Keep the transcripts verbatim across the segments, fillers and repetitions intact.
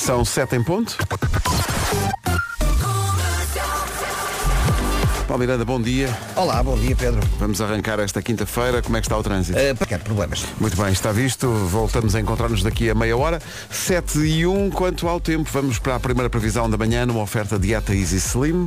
São sete em ponto. Paulo Miranda, bom dia. Olá, bom dia, Pedro. Vamos arrancar esta quinta-feira. Como é que está o trânsito? Uh, para quer problemas. Muito bem, está visto. Voltamos a encontrar-nos daqui a meia hora. sete e um, quanto ao tempo, vamos para a primeira previsão da manhã numa oferta Dieta Easy Slim.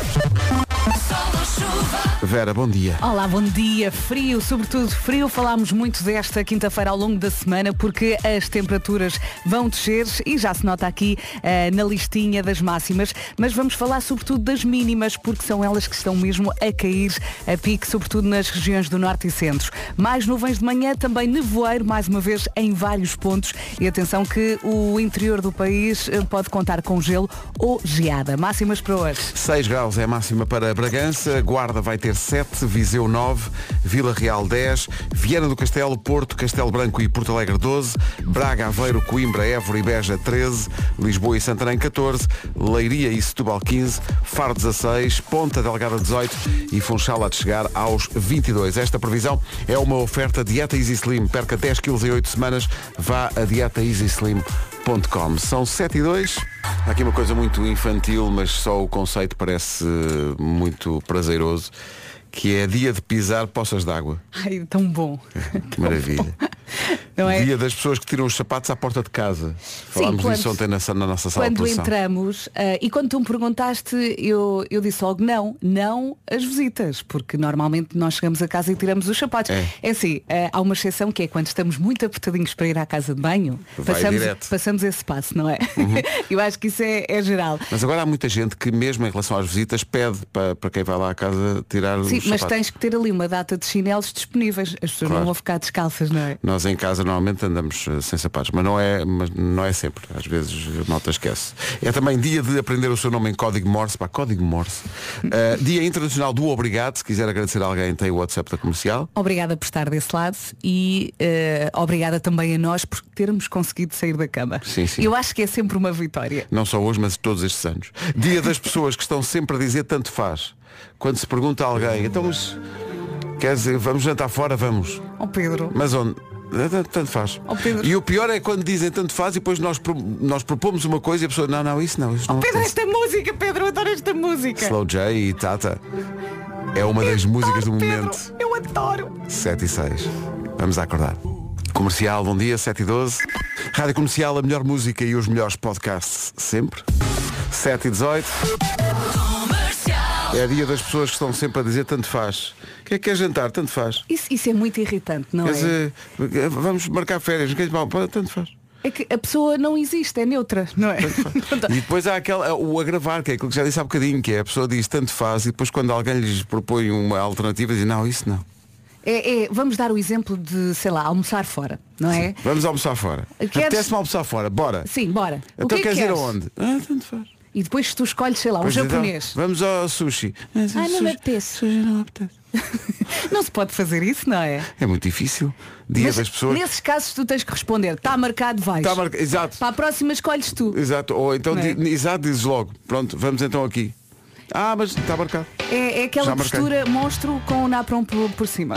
Vera, bom dia. Olá, bom dia. Frio, sobretudo frio. Falámos muito desta quinta-feira ao longo da semana porque as temperaturas vão descer e já se nota aqui uh, na listinha das máximas. Mas vamos falar sobretudo das mínimas porque são elas que estão mesmo a cair a pique, sobretudo nas regiões do norte e centro. Mais nuvens de manhã, também nevoeiro, mais uma vez em vários pontos. E atenção que o interior do país pode contar com gelo ou geada. Máximas para hoje. seis graus é a máxima para Bragança, Guarda vai ter sete, Viseu nove, Vila Real dez, Viana do Castelo, Porto, Castelo Branco e Porto Alegre doze, Braga, Aveiro, Coimbra, Évora e Beja treze, Lisboa e Santarém catorze, Leiria e Setúbal quinze, Faro dezasseis, Ponta Delgada dezoito e Funchal há de chegar aos vinte e dois. Esta previsão é uma oferta Dieta Easy Slim. Perca dez quilos em oito semanas. Vá a dieta easy slim ponto com. São sete e dois. Há aqui uma coisa muito infantil, mas só o conceito parece muito prazeroso, que é dia de pisar poças d'água. Ai, tão bom. Que maravilha. Não é? Dia das pessoas que tiram os sapatos à porta de casa. Falámos Sim, quando, disso ontem na, na nossa sala de Quando produção. entramos, uh, e quando tu me perguntaste, eu, eu disse logo não, não as visitas, porque normalmente nós chegamos a casa e tiramos os sapatos. É, é assim, uh, há uma exceção que é quando estamos muito apertadinhos para ir à casa de banho, Vai passamos, direto. passamos esse passo, não é? Uhum. Eu acho que isso é, é geral. Mas agora há muita gente que mesmo em relação às visitas pede para, para quem vai lá à casa tirar Sim, os mas sapatos. tens que ter ali uma data de chinelos disponíveis. As pessoas Claro. não vão ficar descalças, não é? Nós em casa normalmente andamos uh, sem sapatos, mas não é, mas não é sempre. Às vezes a malta esquece. É também dia de aprender o seu nome em código Morse. Pá, código Morse. Uh, dia Internacional do Obrigado. Se quiser agradecer a alguém, tem o WhatsApp da Comercial. Obrigada por estar desse lado e uh, obrigada também a nós por termos conseguido sair da cama. Sim, sim. Eu acho que é sempre uma vitória. Não só hoje, mas todos estes anos. Dia das pessoas que estão sempre a dizer tanto faz. Quando se pergunta a alguém, então mas quer dizer, vamos jantar fora, vamos. Ó Pedro. Mas onde? Tanto faz. Oh, Pedro. E o pior é quando dizem tanto faz e depois nós, pro- nós propomos uma coisa e a pessoa, não, não, isso não. Isso não Pedro, acontece." esta música, Pedro, eu adoro esta música. Slow J e Tata. É uma das músicas do Pedro, momento. eu adoro. sete e seis. Vamos acordar. Comercial, bom dia, sete e doze. Rádio Comercial, a melhor música e os melhores podcasts sempre. sete e dezoito. É dia das pessoas que estão sempre a dizer tanto faz. O que é que é jantar? Tanto faz. Isso, isso é muito irritante, não Quer é? dizer, vamos marcar férias. Quer dizer, pá, tanto faz. É que a pessoa não existe, é neutra, não é? E depois há aquele, o agravar, que é aquilo que já disse há bocadinho, que é a pessoa diz tanto faz e depois quando alguém lhes propõe uma alternativa diz não, isso não. É, é, vamos dar o exemplo de, sei lá, almoçar fora, não é? Vamos almoçar fora. Queres- Apetece-me almoçar fora, bora. Sim, bora. O Então que é que queres ir queres? aonde? Ah, tanto faz. E depois tu escolhes, sei lá, um Pois então, japonês. vamos ao sushi. Ah, não me Sushi- apetece. sushi não apetece. Não se pode fazer isso, não é? É muito difícil. Dia Mas das pessoas. nesses casos tu tens que responder, está marcado, vais. Tá marca- Exato. Para a próxima escolhes tu. Exato. Ou então Não é? di- exato, dizes logo. Pronto, vamos então aqui. Ah, mas está marcado. É, é aquela Já marquei. postura monstro com o napron por, por cima.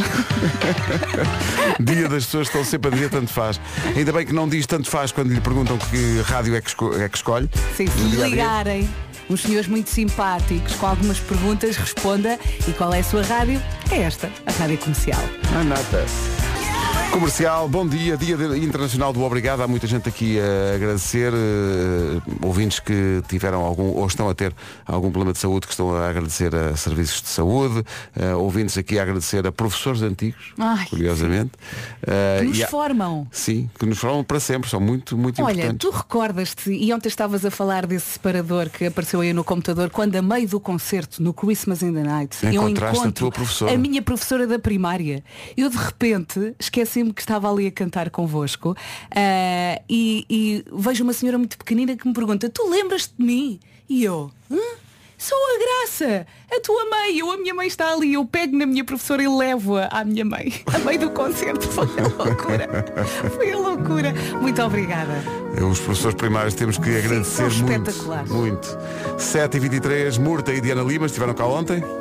Dia das pessoas que estão sempre a dizer tanto faz. Ainda bem que não diz tanto faz quando lhe perguntam que rádio é que, esco- é que escolhe. Sim, se No lhe dia a dia. ligarem uns senhores muito simpáticos com algumas perguntas, responda. E qual é a sua rádio? É esta, a Rádio Comercial. Ah, nada. Comercial, bom dia, Dia de- Internacional do Obrigado. Há muita gente aqui a agradecer, eh, ouvintes que tiveram algum, ou estão a ter algum problema de saúde, que estão a agradecer a serviços de saúde, eh, ouvintes aqui a agradecer a professores antigos, Ai, curiosamente. Eh, Que nos e há- formam. Sim, que nos formam para sempre, são muito, muito Olha, importantes. tu recordas-te, e ontem estavas a falar desse separador que apareceu aí no computador, quando a meio do concerto, no Christmas in the Night, eu Encontraste a encontro tua professora. a minha professora da primária. Eu de repente esqueci-me que estava ali a cantar convosco ah, e, e vejo uma senhora muito pequenina que me pergunta, tu lembras-te de mim? E eu, hã? Sou a Graça, a tua mãe, eu, a minha mãe está ali, eu pego na minha professora e levo-a à minha mãe, a meio do concerto. Foi a loucura, foi a loucura. Muito obrigada. Os professores primários temos que agradecer são muito. espetaculares. Muito. sete e vinte e três, Murta e Diana Lima estiveram cá ontem.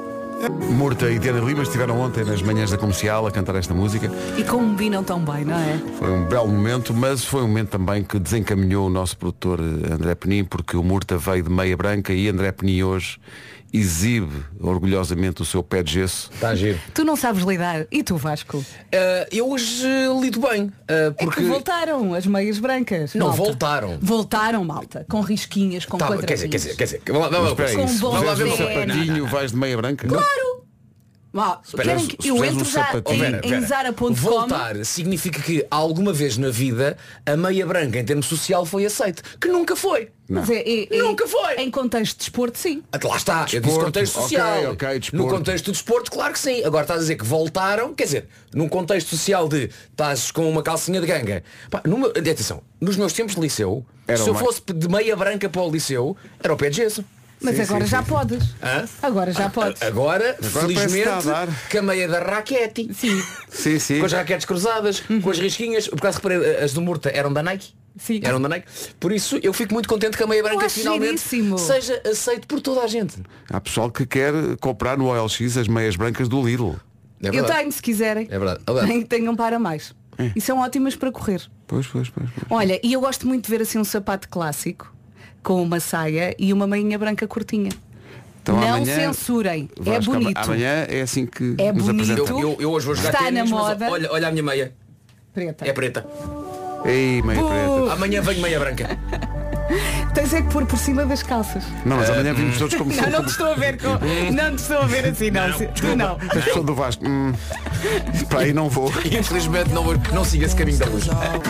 Murta e Diana Lima estiveram ontem nas manhãs da Comercial a cantar esta música. E combinam tão bem, não é? Foi um belo momento, mas foi um momento também que desencaminhou o nosso produtor André Penin, porque o Murta veio de meia branca e André Penin hoje exibe orgulhosamente o seu pé de gesso. Está a giro. Tu não sabes lidar. E tu, Vasco? Uh, eu hoje uh, lido bem. Uh, porque... É que voltaram as meias brancas. Não, malta. voltaram. Voltaram, malta. Com risquinhas, com Tá, quadradinhos. quer dizer, quer dizer, quer dizer. Vamos lá, vamos lá, Espera aí, Com se bom fizeres um pé. sapatinho, vais de meia branca? Claro! Ah, querem se- que se eu fizeres entro um já sapatinho- em, Vera, em Vera, zara ponto com. voltar significa que alguma vez na vida a meia branca em termos social foi aceite. Que nunca foi. Mas é, é- é- Nunca foi. Em contexto de desporto, sim. Ah, Lá está, eu disse Desporto, contexto ok, social. ok, desporto. No contexto do desporto, claro que sim. Agora estás a dizer que voltaram, quer dizer, num contexto social de estás com uma calcinha de ganga. Pá, numa, atenção, nos meus tempos de liceu, Era se eu uma- fosse de meia branca para o liceu, era o pé de gesso. Mas Sim, agora sim, já sim. podes. Hã? Agora já podes. Agora, parece felizmente, que está a dar. com a meia da raquete. Sim, Sim, sim. Com as raquetes cruzadas, com as risquinhas. Por acaso reparei, as do Murta eram da Nike. Sim. Eram da Nike. Por isso eu fico muito contente que a meia branca acho finalmente giríssimo. seja aceito por toda a gente. Há pessoal que quer comprar no O L X as meias brancas do Lidl. É eu verdade. tenho, se quiserem. É verdade. É verdade. Nem que tenham para mais. E são ótimas para correr. Pois, pois, pois. pois. Olha, e eu gosto muito de ver assim um sapato clássico com uma saia e uma meinha branca curtinha. Então, não amanhã- censurem. É Vasco, bonito. Amanhã é assim que É nos bonito. apresentamos. Eu, eu hoje vou jogar Está ténis, na mas moda. olha, olha a minha meia. Preta. É preta. Ei, meia preta. Amanhã venho meia branca. Tens é que pôr por cima das calças. Não, mas amanhã vimos todos como Não, não te estou a ver com. Não te estou a ver assim, não. Se- Tu não. a pessoa do Vasco. Hum, para aí não vou. Infelizmente não, vou- não siga esse caminho da luz.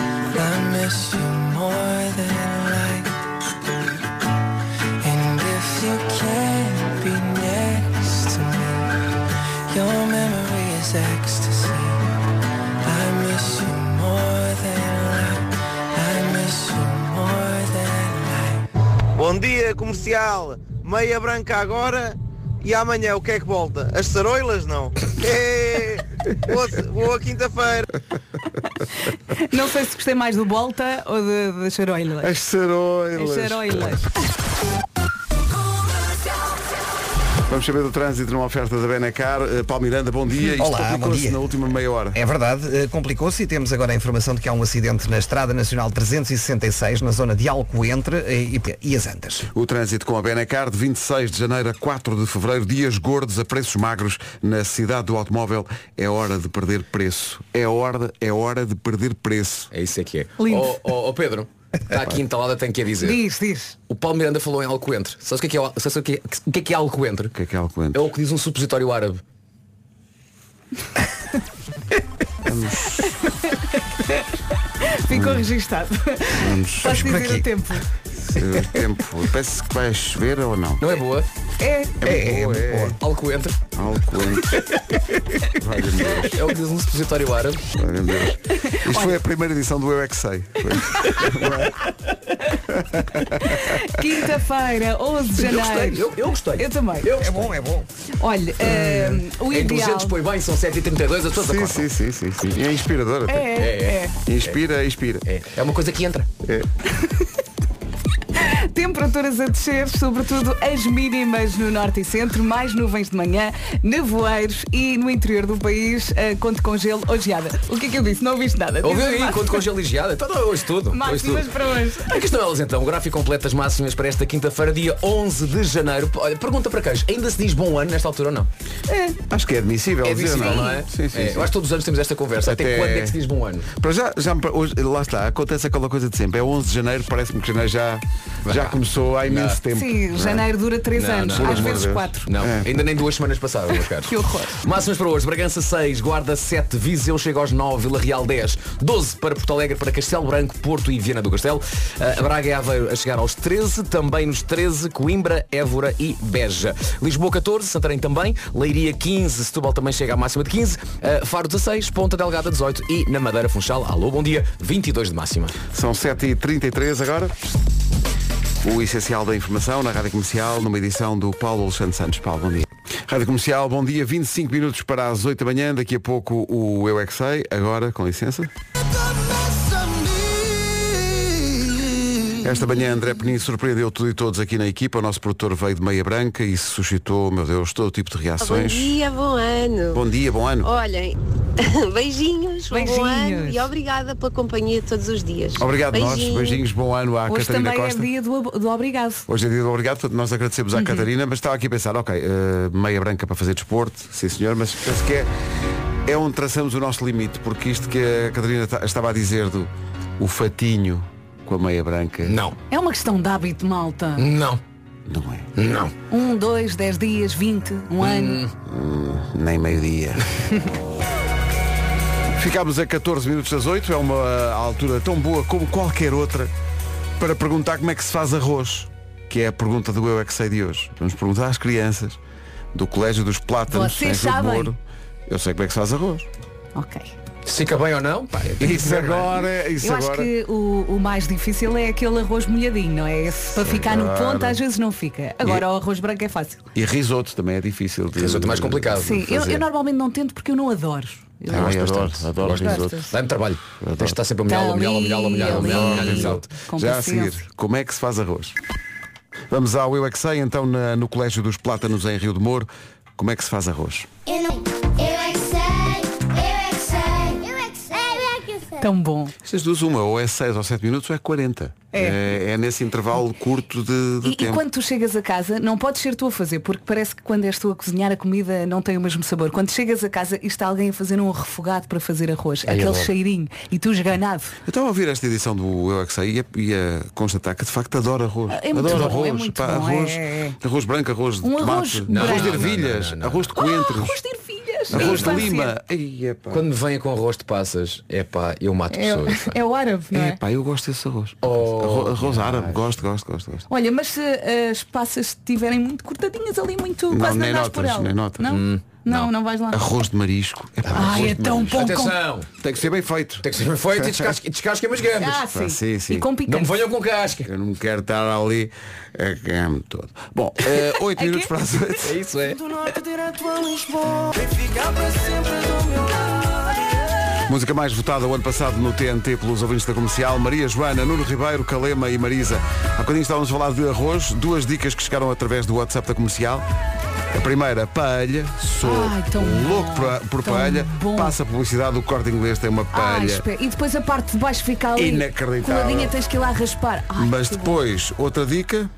Bom dia, comercial. Meia branca agora e amanhã o que é que volta? As saroilas não? É, boa, boa quinta-feira. Não sei se gostei mais do Volta ou de- das charoilas. As saroilas. As charoilas. Vamos saber do trânsito numa oferta da Benacar. Uh, Paulo Miranda, bom dia. Isto Olá, bom complicou-se dia. na última meia hora. É verdade, eh, complicou-se e temos agora a informação de que há um acidente na Estrada Nacional trezentos e sessenta e seis, na zona de Alcoentre eh, e, e as Antas. O trânsito com a Benacar de vinte e seis de janeiro a quatro de fevereiro, dias gordos a preços magros na cidade do automóvel. É hora de perder preço. É hora, é hora de perder preço. É isso é que é. Lindo. Ó ó, ó, Pedro, está aqui entalada, tenho que a dizer. Diz, diz. O Paulo Miranda falou em Alcoentre. Sabes o que é que é, sabes o que é, o que é, que é Alcoentre? O que é que é Alcoentre? É o que diz um supositório árabe. Ficou registado. Posso por dizer aqui. o tempo. Uh, tempo. Parece que vai chover ou não? Não é boa? É. É, é, boa, é. boa. Alcoentre. Alcoentre. Valha-me Deus. É o que diz um supositório árabe. Valha-me Deus. Isto foi a primeira edição do Eu É Que Sei. Foi. Quinta-feira, onze de Eu gostei. janeiro. Eu, eu gostei. Eu também. Eu É bom, é bom. Olha, eh, o É ideal. inteligente, põe bem, são sete e trinta e dois, as pessoas Sim, acordam. sim, sim, sim, sim. E é inspirador até. É, é, é. Inspira, inspira. É, é uma coisa que entra. Temperaturas a descer, sobretudo as mínimas no norte e centro, mais nuvens de manhã, nevoeiros e no interior do país, uh, conto com gelo ou geada. O que é que eu disse? Não ouviste nada. Ouviu Diz aí, as quando máximas- congeligiada. Então não, hoje tudo. Hoje Máximas tudo. para hoje. Aqui estão elas então, o gráfico completo das máximas para esta quinta-feira, dia onze de janeiro. Olha, pergunta para queijo, ainda se diz bom ano nesta altura ou não? Acho que é admissível. É dizer, admissível, não é? Sim, sim, É, sim. eu acho que todos os anos temos esta conversa. Até, Até- quando é que se diz bom ano? Para já, já me- hoje, lá está, acontece aquela coisa de sempre. É onze de janeiro, parece-me que janeiro já, já começou há imenso Não. tempo. Sim, janeiro dura três Não, anos, não, às por amor vezes de Deus. quatro. Não, É. ainda nem duas semanas passaram, meus caros. Que horror. Máximas para hoje, Bragança seis, Guarda sete, Viseu chega aos nove, Vila Real dez, doze para Porto Alegre, para Castelo Branco, Porto e Viana do Castelo, uh, Braga e Aveiro a chegar aos treze, também nos treze, Coimbra, Évora e Beja. Lisboa catorze, Santarém também, Leiria quinze, Setúbal também chega à máxima de quinze, uh, Faro dezasseis, Ponta Delgada dezoito e na Madeira Funchal, alô, bom dia, vinte e dois de máxima. São sete e trinta e três agora. O essencial da informação na Rádio Comercial, numa edição do Paulo Alexandre Santos. Paulo, bom dia. Rádio Comercial, bom dia. vinte e cinco minutos para as oito da manhã. Daqui a pouco o Eu É Que Sei. Agora, com licença. Esta manhã André Penin surpreendeu tudo e todos aqui na equipa. O nosso produtor veio de meia branca e suscitou, meu Deus, todo tipo de reações. Bom dia, bom ano. Bom dia, bom ano. Olhem, beijinhos, um bom ano Beijinhos. e obrigada pela companhia de todos os dias. Obrigado Beijinhos. nós, beijinhos, bom ano à Hoje Catarina também Costa. é dia do, do obrigado. Hoje é dia do obrigado, portanto nós agradecemos à Uhum. Catarina, mas estava aqui a pensar, ok, eh, meia branca para fazer desporto, sim senhor, mas penso que é, é onde traçamos o nosso limite, porque isto que a Catarina ta- estava a dizer do o fatinho com a meia branca. Não. É uma questão de hábito, malta. Não. Não é. Não. Um, dois, dez dias, vinte, um ano. Nem meio-dia. Ficámos a catorze minutos das oito, é uma altura tão boa como qualquer outra para perguntar como é que se faz arroz, que é a pergunta do Eu É Que Sei de hoje. Vamos perguntar às crianças do Colégio dos Plátanos, Vocês em Rio de sabem? Moro. Eu sei como é que se faz arroz. Ok. Se fica bem ou não? Pá, eu tenho que Isso ver, não é? agora, isso Eu acho agora. que o, o mais difícil é aquele arroz molhadinho, não é? Esse para ficar no agora. ponto às vezes não fica. Agora E- o arroz branco é fácil. E risoto também é difícil. De, Risoto é mais complicado. Sim, eu, fazer. eu normalmente não tento porque eu não adoro. Eu Ah, gosto eu adoro, bastante. adoro Gosto risoto. bastante. Dá-me trabalho. Tens de estar sempre a molhar, a molhar, a molhar, a molhar, a molhar, a molhar, Ali, exato. com Já a paciência. seguir, como é que se faz arroz? Vamos ao Eu É Que Sei, então na- no Colégio dos Plátanos em Rio de Moro. Como é que se faz arroz? Eu não. Eu é que sei, eu é que sei, eu é que sei, eu é que sei. Tão bom. Estas duas, uma, ou é seis ou sete minutos ou é quarenta. É. É, é nesse intervalo curto de, de E, e tempo. quando tu chegas a casa, não podes ser tu a fazer, porque parece que quando és tu a cozinhar a comida não tem o mesmo sabor. Quando chegas a casa e está alguém a fazer um refogado para fazer arroz, Ai, aquele adoro. cheirinho, e tu esganado. Eu estava a ouvir esta edição do Eu É Que Sei e a, e a constatar que de facto adoro arroz. É muito adoro bom, arroz. é muito Pá, bom, arroz, é, é. arroz branco, arroz de Um tomate, arroz arroz branco. de ervilhas, Não, não, não, arroz de Ah, coentros, arroz de ervilhas. arroz de É lima. Ei, epá. Quando me venha com arroz de passas, é pá, eu mato pessoas. pá. É, é o árabe, não é? Epá, eu gosto desse arroz. Oh, arroz arroz árabe, gosto, gosto, gosto, gosto. Olha, mas se as passas estiverem muito cortadinhas ali, muito Não, quase nem não andas por notas, ela. nem notas. Não? Hum, não, não vais lá. Arroz de marisco. Epá, Ai, arroz é de tão marisco. bom com... Atenção, Tem que ser bem feito. tem que ser bem feito e descasque- descasquem as gambas. Ah, sim. Ah, sim, sim. E com Não picante. me venham com casca. Eu não quero estar ali a ganhar-me todo. Bom, eh, oito É minutos quê? para as oito. É isso, é. Música mais votada o ano passado no T N T pelos ouvintes da comercial: Maria Joana, Nuno Ribeiro, Calema e Marisa. Há bocadinho estávamos a falar de arroz. Duas dicas que chegaram através do WhatsApp da comercial. A primeira, paella. Sou Ai, tão louco bom, por, por tão paella. bom. Passa a publicidade do Corte Inglês, tem uma Ai, paella. espera. E depois a parte de baixo fica ali Inacreditável. coladinha, tens que ir lá raspar. Ai, Mas que bom. depois, outra dica.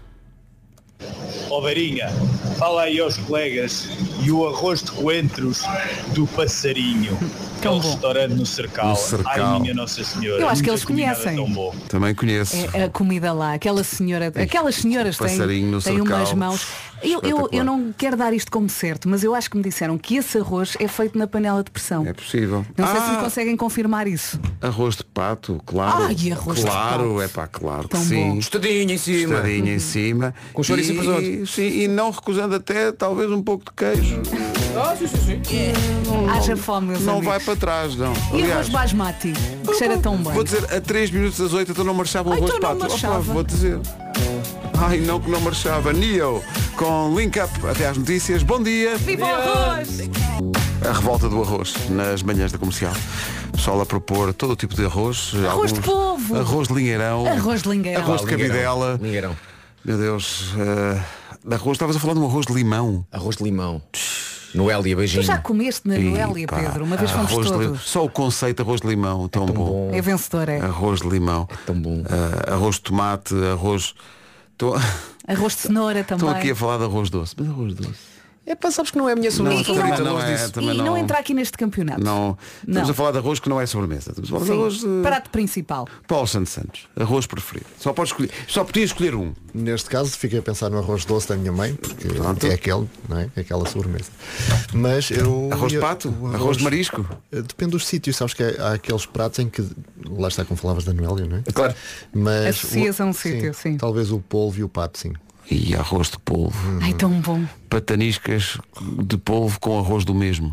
Ó Veirinha, fala aí aos colegas e o arroz de coentros do Passarinho, Tão aquele bom. restaurante no Cercal. No Cercal. Ai minha Nossa Senhora. Eu acho que nunca eles comi nada conhecem. tão bom. Também conheço. É a comida lá, aquela senhora, aquelas senhoras têm, Passarinho no têm Cercal. umas mãos. Eu, eu, Espetacular. eu não quero dar isto como certo, mas eu acho que me disseram que esse arroz é feito na panela de pressão. É possível. Não sei se me Ah, conseguem confirmar isso. arroz de pato, claro. Ai, arroz de claro, pato. é pá, claro que Tão sim. bom. Tostadinho em cima. Tostadinho em cima. Com chouriço e e, presunto. sim, e não recusando até talvez um pouco de queijo. Ah, sim, sim, sim. Haja fome, meus Não amigos. vai para trás, não. E Aliás, arroz basmati, que cheira tão bem. vou dizer, a três minutos das oito então não marchava o Ai, arroz de então não pato. Opa, marchava. vou dizer. Ai, não que não marchava. Neo com Link Up. Até às notícias. Bom dia. Viva o arroz! A revolta do arroz nas manhãs da comercial. Pessoal a propor todo o tipo de arroz. Arroz de polvo. Arroz de lingueirão. Arroz de lingueirão. Arroz de Ah, lingueirão. cabidela. Lingueirão. Meu Deus. eh, arroz, estavas a falar de um arroz de limão. Arroz de limão. Noélia, beijinho. Tu já comeste na Noélia, Ih, pá, Pedro? Uma vez fomos arroz de limão. todos. Só o conceito arroz de limão, tão, bom. bom. É vencedor, é. Arroz de limão. tão bom. Ah, arroz de tomate, arroz. Estou Arroz de cenoura também. aqui a falar de arroz doce. Mas arroz doce. É pá, sabes que não é a minha Não, sobremesa também favorita. não arroz é, disso. também E não entra aqui neste campeonato. Não. Estamos Não. a falar de arroz que não é sobremesa. Estamos a falar de Sim. arroz. eh, Prato principal. Paulo Santos Santos. Arroz preferido. Só podes escolher. Só podias escolher um. Neste caso fiquei a pensar no arroz doce da minha mãe, porque Pronto. é aquele, não é? Aquela sobremesa. Mas eu. Arroz de eu- pato? o Arroz de marisco? Eh, Depende dos sítios, sabes que há aqueles pratos em que. Lá está como falavas da Noélia, não é? Claro. Mas Associas o- a um sítio, sim. Talvez o polvo e o pato, sim. E arroz de polvo. Ai, tão bom. Pataniscas de polvo com arroz do mesmo.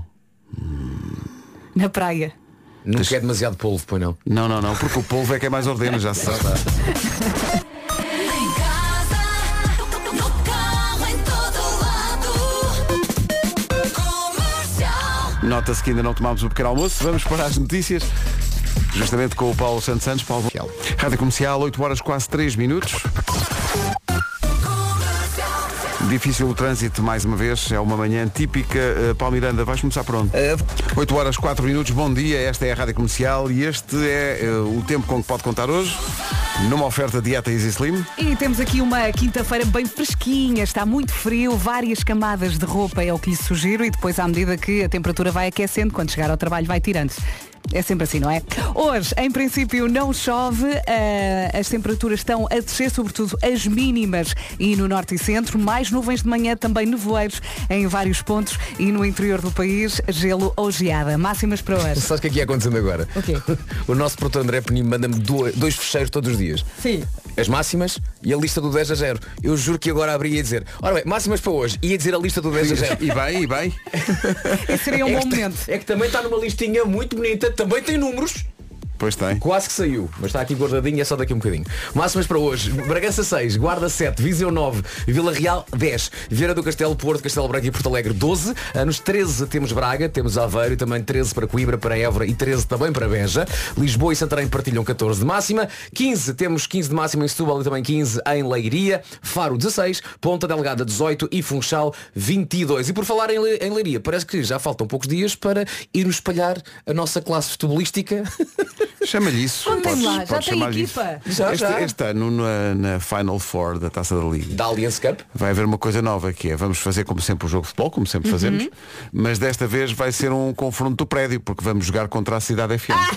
Na praia. Nunca é demasiado polvo, pois não. Não, não, não, porque o polvo é que é mais ordena, já se sabe. Em casa, no carro, em todo lado. Comercial. Nota-se que ainda não tomámos o pequeno almoço. Vamos para as notícias. justamente com o Paulo Santos Santos. Paulo... Rádio Comercial, oito horas quase três minutos. Difícil o trânsito, mais uma vez, é uma manhã típica. Uh, Paulo Miranda, vais começar por onde? Uh... oito horas quatro minutos, bom dia, esta é a Rádio Comercial e este é uh, o tempo com que pode contar hoje, numa oferta Dieta Easy Slim. E temos aqui uma quinta-feira bem fresquinha, está muito frio, várias camadas de roupa é o que lhe sugiro e depois à medida que a temperatura vai aquecendo, quando chegar ao trabalho vai tirando. É sempre assim, não é? Hoje, em princípio, não chove, uh, as temperaturas estão a descer, sobretudo as mínimas e no norte e centro, mais nuvens de manhã, também nevoeiros em vários pontos e no interior do país, gelo ou geada. Máximas para hoje. Sabes o que é que ia acontecendo agora? O quê? O nosso produtor André Peninho manda-me dois, dois fecheiros todos os dias. Sim. As máximas e a lista do dez a zero. Eu juro que agora abria e ia dizer, ora bem, máximas para hoje, ia dizer a lista do dez a zero. E bem, e bem. Esse seria um é bom momento. É que também está numa listinha muito bonita, também tem números. Pois tem. Quase que saiu, mas está aqui guardadinho, é só daqui um bocadinho. Máximas para hoje, Bragança seis, Guarda sete, Viseu nove, Vila Real dez, Vieira do Castelo, Porto, Castelo Branco e Porto Alegre doze, nos treze temos Braga, temos Aveiro, também treze para Coimbra, para Évora e treze também para Beja, Lisboa e Santarém partilham catorze de máxima, quinze, temos quinze de máxima em Setúbal e também quinze em Leiria, Faro dezasseis, Ponta Delgada dezoito e Funchal vinte e dois. E por falar em, Le em Leiria, parece que já faltam poucos dias para irmos espalhar a nossa classe futebolística. Chama-lhe isso. Contem lá, já podes tem chamar-lhe equipa. isso. Já, este, já. este ano na, na Final Four da Taça da Liga Da Allianz Cup. vai haver uma coisa nova que é, vamos fazer como sempre o jogo de futebol, como sempre fazemos, mas desta vez vai ser um confronto do prédio, porque vamos jogar contra a Cidade F M.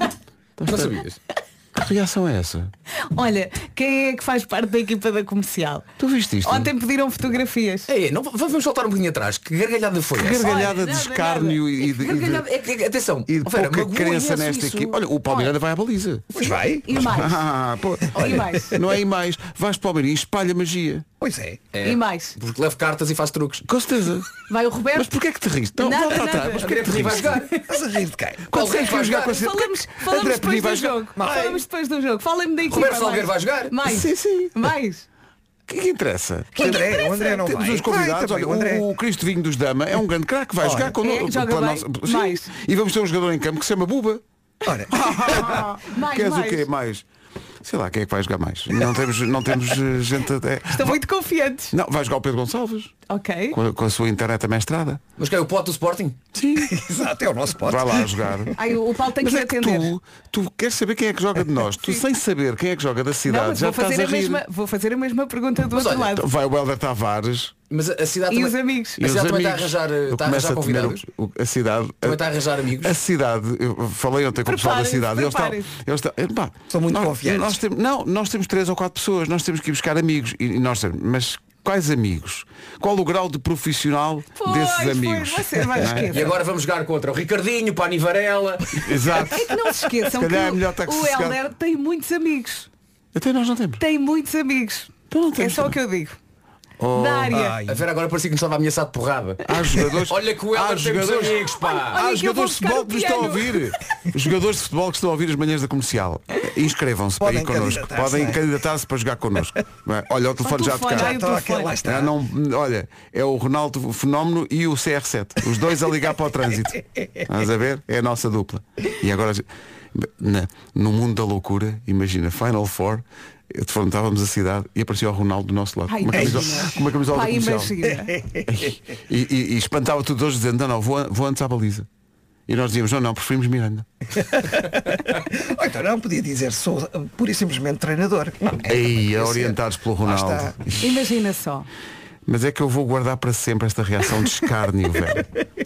Não sabias? Que reação é essa? Olha, quem é que faz parte da equipa da comercial? Tu viste isto? Ontem pediram fotografias. Ei, não, vamos voltar um bocadinho atrás. Que gargalhada foi essa? Gargalhada Olha, de nada, escárnio nada. e de, e de- Gargalhada, é que- atenção, e de Vera, pouca magoa crença imenso nesta isso. equipe. Olha, o Palmeiras vai à baliza. Pois vai. E mais? Ah, pô, E mais? não é e mais. Vais para o Palmeiras e espalha magia. Pois é. E mais? Porque levo cartas e faço truques. Com certeza. Vai o Roberto? Mas porquê é que te riste? Não, Nada, volta nada. atrás. Mas porquê é que te André vai riste? jogar. Estás a rir de quem? Quando Alguém disseste que vai ia jogar jogar. com a Cidade- Falamos, falamos André depois Peninho do vai jogo. jogar. Falamos depois do jogo. Falem-me da equipa. Roberto Salgueiro mais. vai jogar? Mais. Sim, sim. Mais. O que é que interessa? O André, o André não Temos vai. os convidados, Vai, olha, também, o André. o, o Cristo Vinho dos Dama é um grande craque, vai Olha, jogar connosco. é, joga pela bem. Sim. Mais. E vamos ter um jogador em campo que se chama Buba. Ora, Mais, Queres mais. o quê? Mais? Sei lá, quem é que vai jogar mais? Não temos, não temos eh, gente até. Estão muito confiantes. Não, vai jogar o Pedro Gonçalves Ok. com a, com a sua internet amestrada. Mas que é o pote do Sporting? Sim. exato, é o nosso pote. Vai lá jogar. Ai, o Paulo tem que Mas se é que atender. tu, tu queres saber quem é que joga de nós. Tu sem saber quem é que joga da Não, cidade mas já vou fazer, estás a a rir. mesma, vou fazer a mesma pergunta do Mas outro olha, lado. Vai o Helder Tavares. Mas a a cidade E também... os amigos? A e os cidade também está a amigos. arranjar, Eu está a começo arranjar temer convidados. o- a cidade. Também está a arranjar amigos. A cidade, eu falei ontem com o pessoal da Preparem-se, cidade. Eles estão, preparem-se. eles estão, epá, São muito nós, confiantes. Nós temos, não, nós temos três ou quatro pessoas, nós temos que ir buscar amigos. E nós temos, mas quais amigos? Qual o grau de profissional Pois, desses pois, amigos? você vai Não é? esquecer. E agora vamos jogar contra o Ricardinho, Pani Varela. Exato. É que não se esqueçam Se que calhar é melhor estar o sossegado. Helder tem muitos amigos. Até nós não temos. Tem muitos amigos. Então não É temos só o também. que eu digo. Oh, Da área. ai. A Vera agora parecia que nos estava ameaçado de porrada. Há jogadores. Olha que o há Helder tem muitos jogadores- amigos, pá. Olha, Há que eu jogadores de vou futebol buscar que o nos estão a piano. ouvir. Os jogadores de futebol que estão a ouvir as manhãs da comercial. Inscrevam-se para Podem ir connosco. candidatar-se, Podem não é? candidatar-se para jogar connosco. Não é? Olha, o telefone já a telefone, tocar. ai, o Então, telefone. lá está. Ah, não, olha, é o Ronaldo Fenómeno e o C R sete. Os dois a ligar para o trânsito. Estás a ver? É a nossa dupla. E agora, na- no mundo da loucura, imagina, Final Four, eu te estávamos a cidade e aparecia o Ronaldo do nosso lado. Ai, com uma camisola, imagina. com uma camisola da Pai, comercial. imagina. E, e, e espantava tudo hoje dizendo, não, não, vou, an- vou antes à baliza. E nós dizíamos, não, não, preferimos Miranda. Ou então não podia dizer, sou uh, pura e simplesmente treinador. Não, é, Ei, podia ser. orientados pelo Lá Ronaldo. está. Imagina só. Mas é que eu vou guardar para sempre esta reação de escárnio, velho.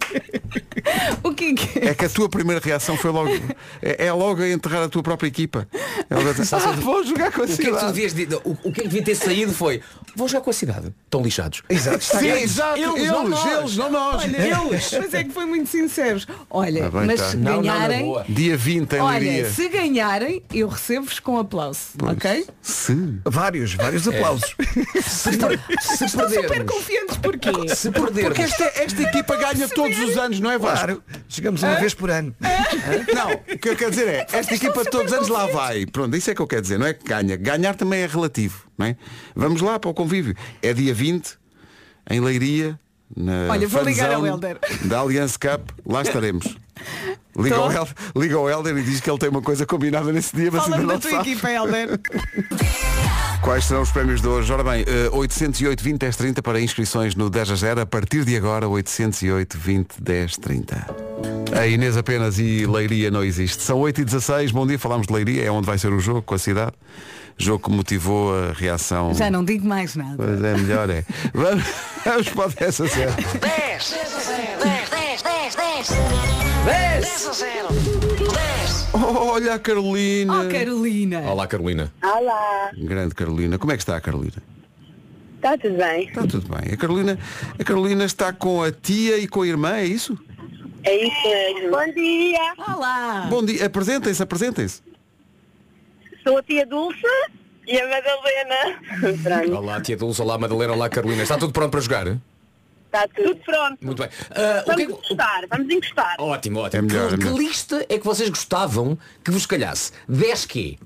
O que é que é? É que a tua primeira reação foi logo. É, é logo a enterrar a tua própria equipa. Ela vai dizer, ah, vou jogar com a O que é que tu cidade. devias de- o, o que é que devia ter saído foi vou jogar com a cidade. Estão lixados. Exato, está Sim, ganho. exato. Eles, Eles, não nós. eles, não nós. Olha, Eles. Mas é que foi muito sinceros. Olha, Ah, bem, mas tá. se Não, não, na ganharem. boa. Dia vinte em Olha, Leiria. se ganharem, eu recebo-vos com aplauso. Ok? Se. Vários, vários aplausos. Se, per- se Estão super perdermos. confiantes porquê? Se Porque perdermos. esta, esta equipa ganha todos os anos, não é Vasco? Claro, chegamos uma vez por ano. Não, o que eu quero dizer é, esta equipa todos os anos lá vai. Pronto, isso é que eu quero dizer, não é que ganha. Ganhar também é relativo, não é? Vamos lá para o convívio. É dia vinte, em Leiria, na Olha, vou ligar fanzone ao Helder. da Allianz Cup, lá estaremos. Liga Tô. ao, El, liga ao Helder e diz que ele tem uma coisa combinada nesse dia, mas ainda Fala-me não da tua sabe. equipa, Helder. Quais serão os prémios de hoje? Ora bem, uh, oitocentos e oito, vinte, dez, trinta para inscrições no dez a zero. A partir de agora, oitocentos e oito, vinte, dez, trinta. A Inês apenas e Leiria não existe. São oito e dezasseis, bom dia, falámos de Leiria, é onde vai ser o jogo com a cidade. Jogo que motivou a reação. Já não digo mais nada. Pois é, melhor é. Vamos, vamos para o dez a zero. dez, dez a zero, dez, dez, dez, dez, dez a zero, dez. Olha a Carolina. Oh, Carolina. Olá, Carolina. Olá, Grande Carolina. Como é que está a Carolina? está tudo bem? Está tudo bem. A Carolina, a Carolina está com a tia e com a irmã, é isso? É isso mesmo. Bom dia, Olá. Bom dia. Apresentem-se, apresentem-se. sou a tia Dulce e a Madalena. Pronto, Olá, tia Dulce. Olá, Madalena. Olá, Carolina. Está tudo pronto para jogar? está tudo pronto. Muito bem. Ah, o Vamos que é que- encostar, vamos encostar. Ótimo, ótimo. É melhor, que, é melhor. que lista é que vocês gostavam que vos calhasse? dez quê?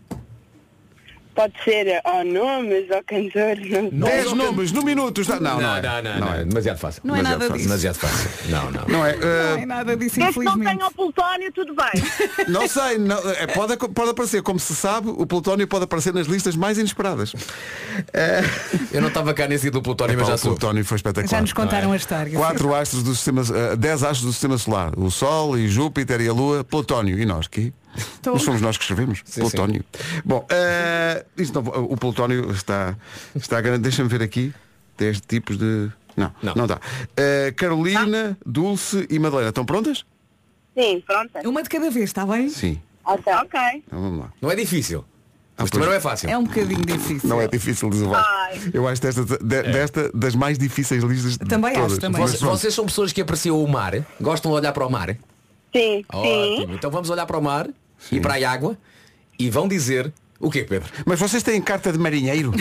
Pode ser ou nomes ou cantores, não sei. dez nomes no minuto. Está... Não, não, não, é. não, não, não, é demasiado fácil. Não é Demasiado nada fácil. disso. Demasiado fácil. Não, não. Não é. Não uh, é nada disso, Desde que não infelizmente. tenha o Plutónio, tudo bem. não sei. Não, é, pode, pode aparecer. Como se sabe, o Plutónio pode aparecer nas listas mais inesperadas. Eu não estava cá nesse dia do Plutónio, mas Epá, já o sou. Plutónio foi espetacular. Já nos contaram Não é? a história. Quatro astros do sistema, uh, dez astros do sistema solar. O Sol e Júpiter e a Lua, Plutónio. E nós, que? Tô. Não somos nós que escrevemos. Sim, Plutónio. Bom, uh, isto não, o Plutónio está, está grande. Deixa-me ver aqui. dez tipos de. Não, não, Não. dá. Uh, Carolina, Dulce e Madalena. Estão prontas? Sim, pronto. Uma de cada vez, está bem? Sim. Ok. Ok. Então vamos lá. Não é difícil. Mas pois. também não é fácil. É um bocadinho difícil. Não é difícil dizer Vasco. Ai. Eu acho desta, de- desta das mais difíceis listas de Também acho, todas. também. Mas Vocês, pronto. vocês são pessoas que apreciam o mar? Gostam de olhar para o mar? Sim, sim. Ótimo. Então vamos olhar para o mar e para a água e vão dizer o quê, Pedro? Mas vocês têm carta de marinheiro?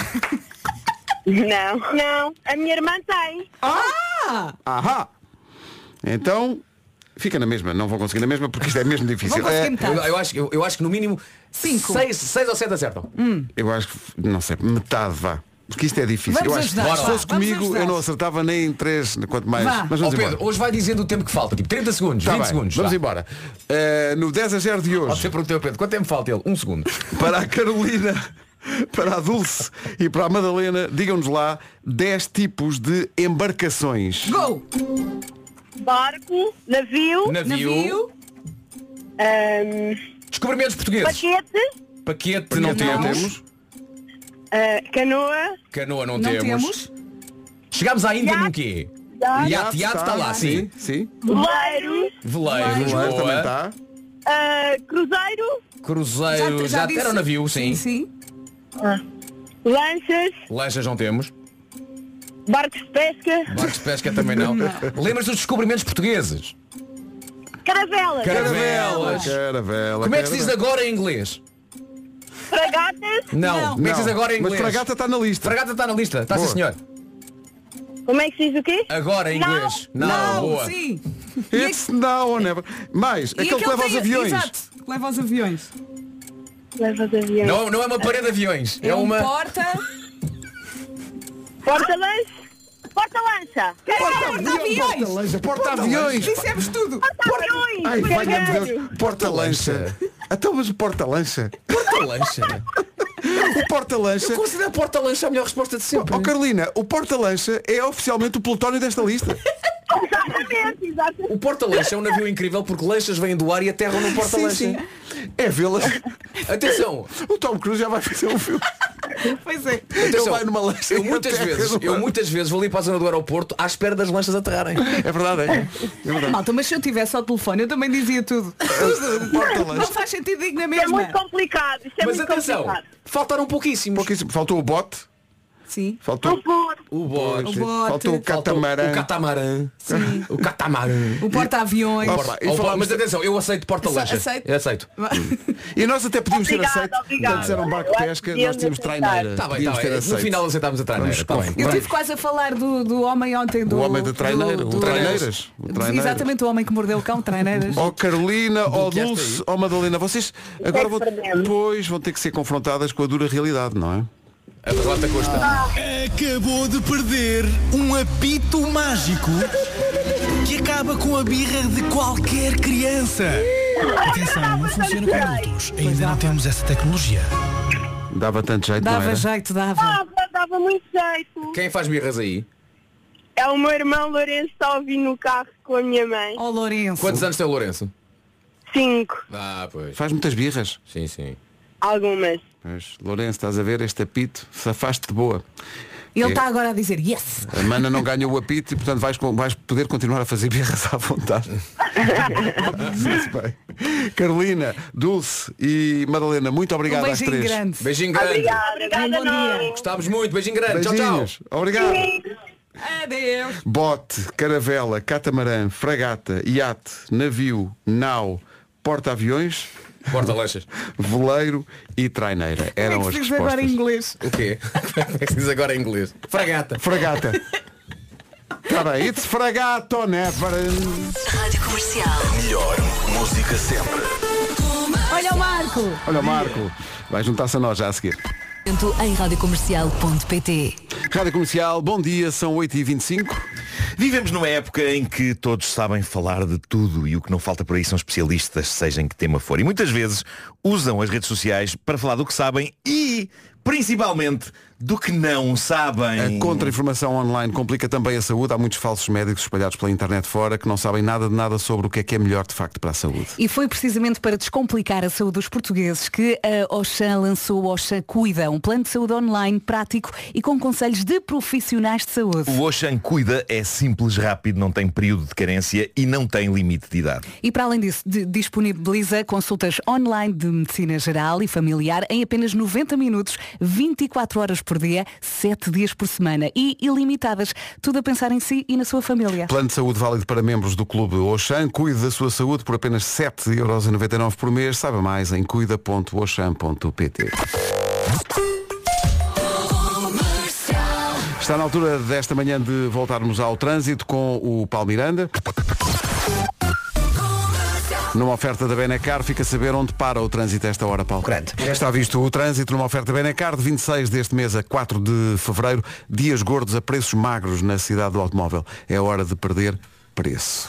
Não, não. A minha irmã tem. Ahá! Então, fica na mesma. Não vão conseguir na mesma porque isto é mesmo difícil. Vão conseguir É, metade. Eu, eu acho, eu, eu acho que no mínimo Cinco. seis, seis ou sete acertam. eu acho que, não sei, metade vá. Porque isto é difícil. Vamos eu acho que ajudar, se vá, fosse vamos comigo, ajudar. eu não acertava nem em três, quanto mais. Vá. Mas Ó vamos Pedro, embora. hoje vai dizendo o tempo que falta, tipo trinta segundos, Tá vinte bem, segundos. vamos vá. embora. Uh, no dez a zero de Pode hoje, ser perguntar ao Pedro, quanto tempo falta ele? Um segundo. para a Carolina, para a Dulce e para a Madalena, digam-nos lá dez tipos de embarcações. Go! Barco, navio, Navio. Navio. ahm, Descobrimentos portugueses. paquete, Paquete não, Não. temos. ah, canoa, Canoa não, Não temos. temos. Chegámos ainda Iate. no quê? Iate. Iate, iate está lá, sim. Sim. veleiro, Veleiros, Veleiro também boa. está. ah, cruzeiro, Cruzeiro, já, disse. era o navio, sim. Sim, lanchas, Lanchas não temos. barcos de pesca, Barcos de pesca também não. Lembras dos descobrimentos portugueses? caravelas, Caravelas. Caravela. Como é que se diz caravela. agora em inglês? fragatas, Não. Não. Como é que se diz agora em Mas inglês? fragata está na lista. Fragata está na lista, está sim Boa. senhor. como é que se diz o quê? Agora em Não. inglês. Não, Não, boa. sim. It's now or never. Mais, E aquele que leva aos tem- aviões. Exato, que leva aos aviões. Leva os aviões. Não, não é uma parede de aviões. É, É um uma. porta. Porta-lancha, porta-lancha, Porta-aviões. Porta-aviões. Dissemos tudo. porta-aviões, Ai, vai caralho. Deus. Porta-lancha. Então, mas o porta-lancha. Porta-lancha. O porta-lancha. Eu considero porta-lancha a melhor resposta de sempre. Ó Carolina, o porta-lancha é oficialmente o plutónio desta lista. Exatamente, exatamente. O porta-lancha é um navio incrível porque lanchas vêm do ar e aterram no porta-lancha. Sim, sim. É vê-las. Atenção, O Tom Cruise já vai fazer um filme. Pois é. Ele atenção. vai numa lancha. Eu e muitas aterra vezes, numa- eu muitas vezes vou ali para a zona do aeroporto à espera das lanchas aterrarem. É verdade, é. É verdade. Malta, mas se eu tivesse ao telefone eu também dizia tudo. Tudo. Porta-lancha. Não faz sentido, digo na Isto é mesma. muito complicado, isto é Mas muito atenção, complicado. faltaram pouquíssimos. Pouquíssimo. Faltou o bote. Sim. Faltou O porto, O bote. Pois, O bote. Faltou o Faltou catamarã. O catamarã. Sim. O catamarã. O porta-aviões. Opa, e Oh, falámos mas de- atenção, eu aceito porta-lancha. Aceito. Eu aceito. E nós até podíamos ter Obrigada, aceito. obrigada. Quando disseram barco Eu de acho pesca, que nós tínhamos devíamos aceitar. traineira. Está bem, Podíamos está ter bem. aceito. No final aceitámos a traineira. Vamos Está bem. com- Eu estive quase a falar do, do homem ontem do. O homem da traineira, do- o do- traineiras. O traineiras. Exatamente, o homem que mordeu o cão, treineiras. Ó Carolina, ó que esta Dulce, aí. ó Madalena, vocês agora que vão, perdemos. depois vão ter que ser confrontadas com a dura realidade, não é? A derrota custa. Acabou de perder um apito mágico que acaba com a birra de qualquer criança. Atenção, não funciona com adultos. Ainda não temos essa tecnologia. Dava tanto jeito, não Dava era? jeito, dava. Dava, dava muito jeito. Quem faz birras aí? É o meu irmão Lourenço, está a ouvir no carro com a minha mãe. Ó Lourenço. Quantos anos tem o Lourenço? Cinco. Ah, pois. Faz muitas birras. Sim, sim. Algumas. Mas, Lourenço, estás a ver este apito? Safaste de boa. Ele É. está agora a dizer yes. A Mana não ganhou o apito e, portanto, vais, com- vais poder continuar a fazer birras à vontade. Muito bem. Carolina, Dulce e Madalena, muito obrigado Um às beijinho três. grande. Beijinho grande. Obrigada, obrigada Um bom a dia. nós. Gostámos muito. Beijinho grande. Tchau, tchau. Beijinhos. Obrigado. Adeus. Bote, caravela, catamarã, fragata, iate, navio, nau, porta-aviões, Porta-lanchas. veleiro e traineira. Eram Como é as que se diz agora em respostas. inglês? O quê? Como é que se diz agora em inglês? Fragata. Fragata. Tá bem, it's fragato, never. Rádio Comercial. Melhor música sempre. Olha o Marco. Olha o Marco, vai juntar-se a nós já a seguir. Em radiocomercial ponto pt. Rádio Comercial, bom dia, são oito e vinte e cinco. Vivemos numa época em que todos sabem falar de tudo e o que não falta por aí são especialistas, seja em que tema for. E muitas vezes usam as redes sociais para falar do que sabem e, principalmente, do que não sabem. A contra-informação online complica também a saúde. Há muitos falsos médicos espalhados pela internet fora que não sabem nada de nada sobre o que é que é melhor de facto para a saúde. E foi precisamente para descomplicar a saúde dos portugueses que a Auchan lançou o Auchan Cuida, um plano de saúde online prático e com conselhos de profissionais de saúde. O Auchan Cuida é simples, rápido, não tem período de carência e não tem limite de idade. E para além disso, de- disponibiliza consultas online de medicina geral e familiar em apenas noventa minutos, vinte e quatro horas por dia, sete dias por semana e ilimitadas. Tudo a pensar em si e na sua família. Plano de saúde válido para membros do Clube Auchan. Cuide da sua saúde por apenas sete euros e noventa e nove por mês. Saiba mais em cuida ponto auchan ponto pt. Está na altura desta manhã de voltarmos ao trânsito com o Paulo Miranda. Numa oferta da Benacar, fica a saber onde para o trânsito a esta hora, Paulo. Grande. Está visto o trânsito numa oferta Benacar de vinte e seis deste mês a quatro de fevereiro. Dias gordos a preços magros na cidade do automóvel. É hora de perder preço.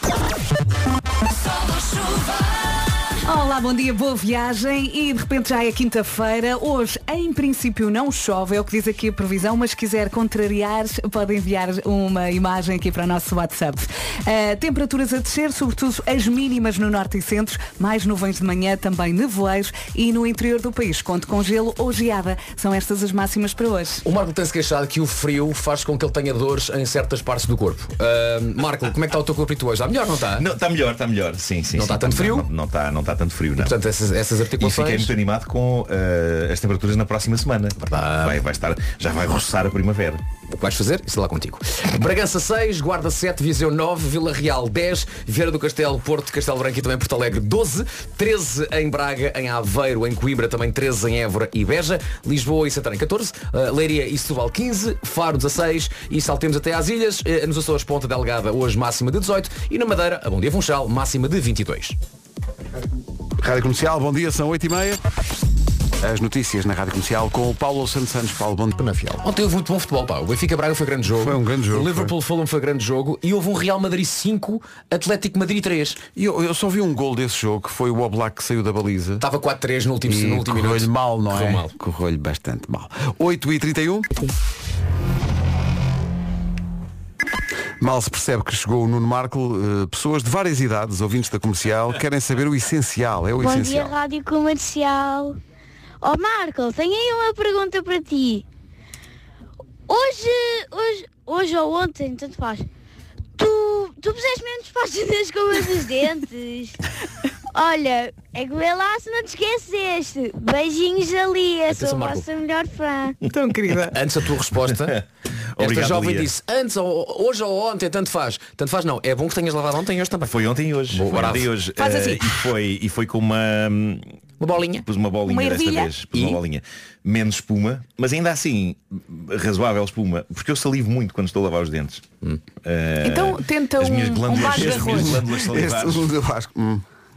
Olá, bom dia, boa viagem e de repente já é quinta-feira. Hoje, em princípio, não chove, é o que diz aqui a previsão, mas se quiser contrariar, pode enviar uma imagem aqui para o nosso WhatsApp. Uh, temperaturas a descer, sobretudo as mínimas no norte e centro, mais nuvens de manhã, também nevoeiros e no interior do país, conto com gelo ou geada. São estas as máximas para hoje. O Marco tem-se queixado que o frio faz com que ele tenha dores em certas partes do corpo. Uh, Marco, como é que está o teu corpo e tu hoje? Está melhor, não está? Não, está melhor, está melhor. Sim, sim. Não sim, está tanto frio? Não, não está, não está tanto frio, não. Portanto, essas, essas E articulações... fiquei muito animado com uh, as temperaturas na próxima semana. Verdade. Vai, vai estar, já vai roçar a primavera. O que vais fazer? Isso é lá contigo. Bragança seis, Guarda sete, Viseu nove, Vila Real dez, Vieira do Castelo, Porto, Castelo Branco e também Porto Alegre doze, treze em Braga, em Aveiro, em Coimbra, também treze em Évora e Beja, Lisboa e Santarém catorze, uh, Leiria e Setúbal quinze, Faro dezasseis e saltemos até às ilhas, uh, nos Açores Ponta Delgada hoje máxima de dezoito e na Madeira, a Bom Dia Funchal, máxima de vinte e dois. Rádio Comercial, bom dia, são oito e meia. As notícias na Rádio Comercial com o Paulo Santos Santos. Paulo, bom dia na Fiel. Ontem houve muito bom futebol, pá. O Benfica Braga foi grande jogo. Foi um grande jogo. O Liverpool Fulham foi grande jogo e houve um Real Madrid cinco, Atlético Madrid três. E eu, eu só vi um gol desse jogo, que foi o Oblak que saiu da baliza. Estava quatro três no último, E no último correu-lhe minuto. mal, não Correu é? mal. Correu-lhe bastante mal. oito e trinta e um. Mal se percebe que chegou o Nuno Marco. Uh, pessoas de várias idades, ouvintes da Comercial, querem saber o essencial. É o Bom dia, essencial. Rádio Comercial. Ó Marco, tenho aí uma pergunta para ti. Hoje, hoje, hoje ou ontem, tanto faz. Tu, tu puseste menos pasta nas escovas dos dentes. Olha, é que vê lá se não te esqueceste. Beijinhos ali, eu Atenção, sou a Marco. vossa melhor fã. Tão querida. Antes a tua resposta, esta Obrigado, jovem Lia. disse, antes ou hoje ou ontem, tanto faz. Tanto faz não. É bom que tenhas lavado ontem e hoje também. Foi ontem e hoje. Boa, Foi bravo. ontem e hoje. Faz Eh, assim. e, foi, e foi com uma. Uma bolinha. Pus uma bolinha Uma desta ervilha. vez. Pus E? uma bolinha. Menos espuma, mas ainda assim, razoável espuma. Porque eu salivo muito quando estou a lavar os dentes. Hum. Eh, Então tenta as um- minhas um glândulas, barro de as minhas arroz. glândulas salivares. Este, eu acho que, hum,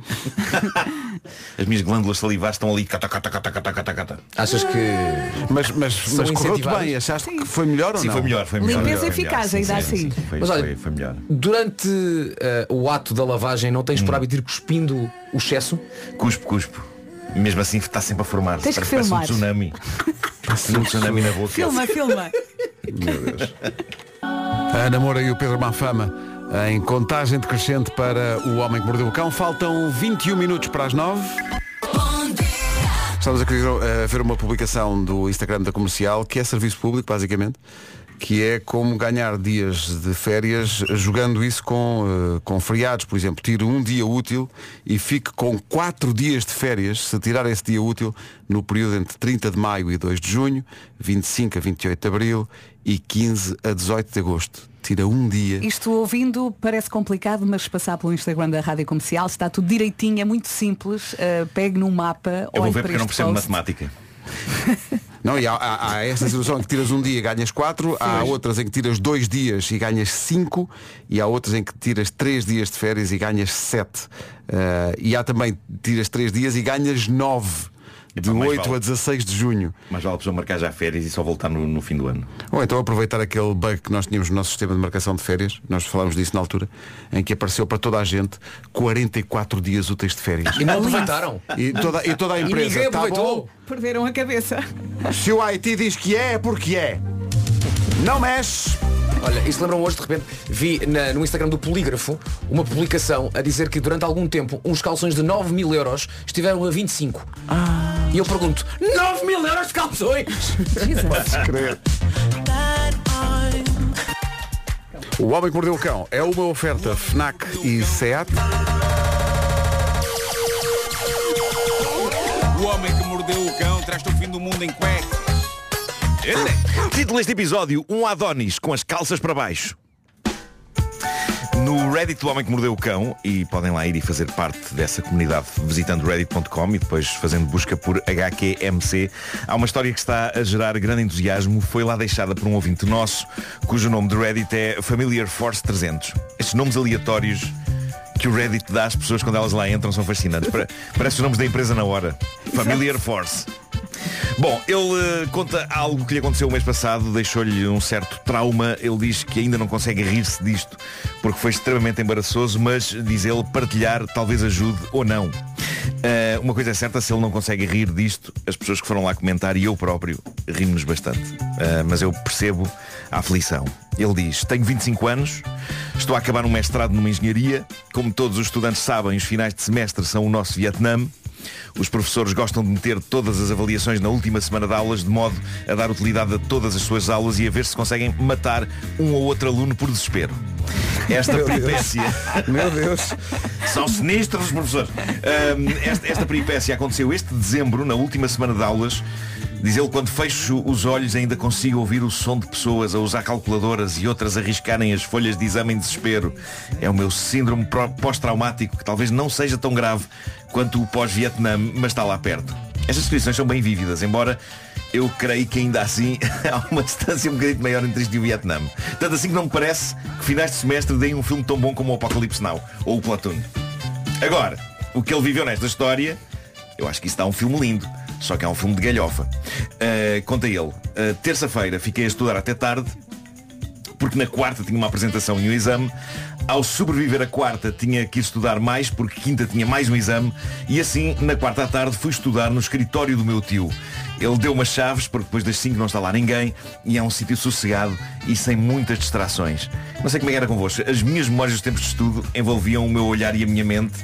As minhas glândulas salivares estão ali. Cata, cata, cata, cata, cata, cata. Achas que... Mas, mas, mas correu-te bem? Achaste que foi melhor ou Sim, não? foi melhor, foi melhor. Limpeza melhor, eficaz, melhor. ainda Sim, assim. sim, sim, foi, Mas olha, foi, foi melhor. Durante uh, o ato da lavagem não tens por hábito ir cuspindo o excesso? Cuspo, cuspo. Mesmo assim está sempre a formar. Tens que Parece um filmar. tsunami. Parece um tsunami na boca. Filma, filma. Meu Deus. A Ana Moura e o Pedro Mafama em contagem decrescente para O Homem que Mordeu o Cão. Faltam vinte e um minutos para as nove. Estamos a ver uma publicação do Instagram da Comercial, que é serviço público, basicamente, que é como ganhar dias de férias jogando isso com, uh, com feriados. Por exemplo, tire um dia útil e fique com quatro dias de férias, se tirar esse dia útil no período entre trinta de maio e dois de junho, vinte e cinco a vinte e oito de abril e quinze a dezoito de agosto. Tira um dia. Isto ouvindo parece complicado, mas se passar pelo Instagram da Rádio Comercial está tudo direitinho, é muito simples. Uh, pegue num mapa. Eu vou olhe ver para porque eu não este percebo post. matemática. Não, e há, há, há esta situação em que tiras um dia e ganhas quatro, há outras em que tiras dois dias e ganhas cinco, e há outras em que tiras três dias de férias e ganhas sete. Uh, e há também tiras três dias e ganhas nove. De Então, mais oito vale. a dezasseis de junho. Mas vale a pessoa marcar já férias e só voltar no, no fim do ano. Ou então aproveitar aquele bug que nós tínhamos no nosso sistema de marcação de férias, nós falámos disso na altura, em que apareceu para toda a gente quarenta e quatro dias úteis de férias. E não aproveitaram. E toda, e toda a E empresa. ninguém Tá aproveitou. bom? Perderam a cabeça. Se o I T diz que é, é porque é. Não mexe. Olha, isso lembram hoje, de repente, vi na- no Instagram do Polígrafo uma publicação a dizer que durante algum tempo uns calções de nove mil euros estiveram a vinte e cinco. Ah. E eu pergunto, nove mil euros de calções? Podes crer. O Homem que Mordeu o Cão é uma oferta FNAC e SEAT. O homem que mordeu o cão traz-te o fim do mundo em cuecas. Título deste episódio, um Adonis com as calças para baixo. No Reddit do Homem que Mordeu o Cão, e podem lá ir e fazer parte dessa comunidade visitando reddit ponto com e depois fazendo busca por H Q M C, há uma história que está a gerar grande entusiasmo. Foi lá deixada por um ouvinte nosso, cujo nome de Reddit é Familiar Force trezentos. Estes nomes aleatórios que o Reddit dá às pessoas quando elas lá entram são fascinantes. Parece os nomes da empresa na hora. Familiar Force. Bom, ele uh, conta algo que lhe aconteceu o mês passado, deixou-lhe um certo trauma. Ele diz que ainda não consegue rir-se disto porque foi extremamente embaraçoso, mas, diz ele, partilhar talvez ajude ou não. Uh, uma coisa é certa, se ele não consegue rir disto, as pessoas que foram lá comentar e eu próprio rimos bastante. Uh, mas eu percebo a aflição. Ele diz, tenho vinte e cinco anos, estou a acabar um mestrado numa engenharia. Como todos os estudantes sabem, os finais de semestre são o nosso Vietnã. Os professores gostam de meter todas as avaliações na última semana de aulas, de modo a dar utilidade a todas as suas aulas e a ver se conseguem matar um ou outro aluno por desespero. Esta Meu peripécia... Deus. Meu Deus. São sinistros os professores. Um, esta, esta peripécia aconteceu este dezembro, na última semana de aulas. Diz ele, quando fecho os olhos ainda consigo ouvir o som de pessoas a usar calculadoras e outras a riscarem as folhas de exame em desespero. É o meu síndrome pós-traumático, que talvez não seja tão grave quanto o pós-Vietnã, mas está lá perto. Estas descrições são bem vívidas, embora eu creio que ainda assim há uma distância um bocadinho maior entre isto e o Vietnã. Tanto assim que não me parece que finais de semestre deem um filme tão bom como o Apocalipse Now ou o Platoon. Agora, o que ele viveu nesta história, eu acho que isso está um filme lindo. Só que é um filme de galhofa. Uh, conta ele, uh, terça-feira fiquei a estudar até tarde, porque na quarta tinha uma apresentação e um exame. Ao sobreviver a quarta tinha que ir estudar mais, porque quinta tinha mais um exame. E assim, na quarta à tarde, fui estudar no escritório do meu tio. Ele deu umas chaves, porque depois das cinco não está lá ninguém, e é um sítio sossegado e sem muitas distrações. Não sei como é que era convosco. As minhas memórias dos tempos de estudo envolviam o meu olhar e a minha mente,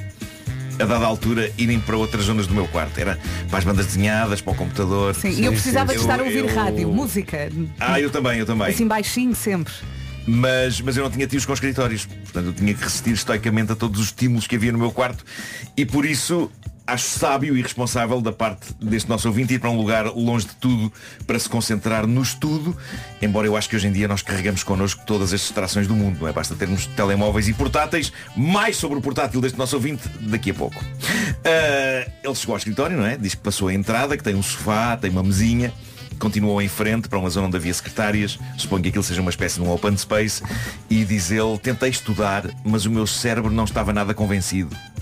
a dada altura, irem para outras zonas do meu quarto. Era para as bandas desenhadas, para o computador. Sim, e eu precisava de estar a ouvir eu... rádio, música. Ah, eu também, eu também. Assim baixinho sempre. Mas, mas eu não tinha tios com escritórios. Portanto, eu tinha que resistir estoicamente a todos os estímulos que havia no meu quarto. E por isso acho sábio e responsável da parte deste nosso ouvinte ir para um lugar longe de tudo para se concentrar no estudo. Embora eu acho que hoje em dia nós carregamos connosco todas as distrações do mundo. Não é? Basta termos telemóveis e portáteis. Mais sobre o portátil deste nosso ouvinte daqui a pouco. Uh, ele chegou ao escritório, não é? Diz que passou a entrada, que tem um sofá, tem uma mesinha. Continuou em frente para uma zona onde havia secretárias. Suponho que aquilo seja uma espécie de um open space. E diz ele, tentei estudar, mas o meu cérebro não estava nada convencido.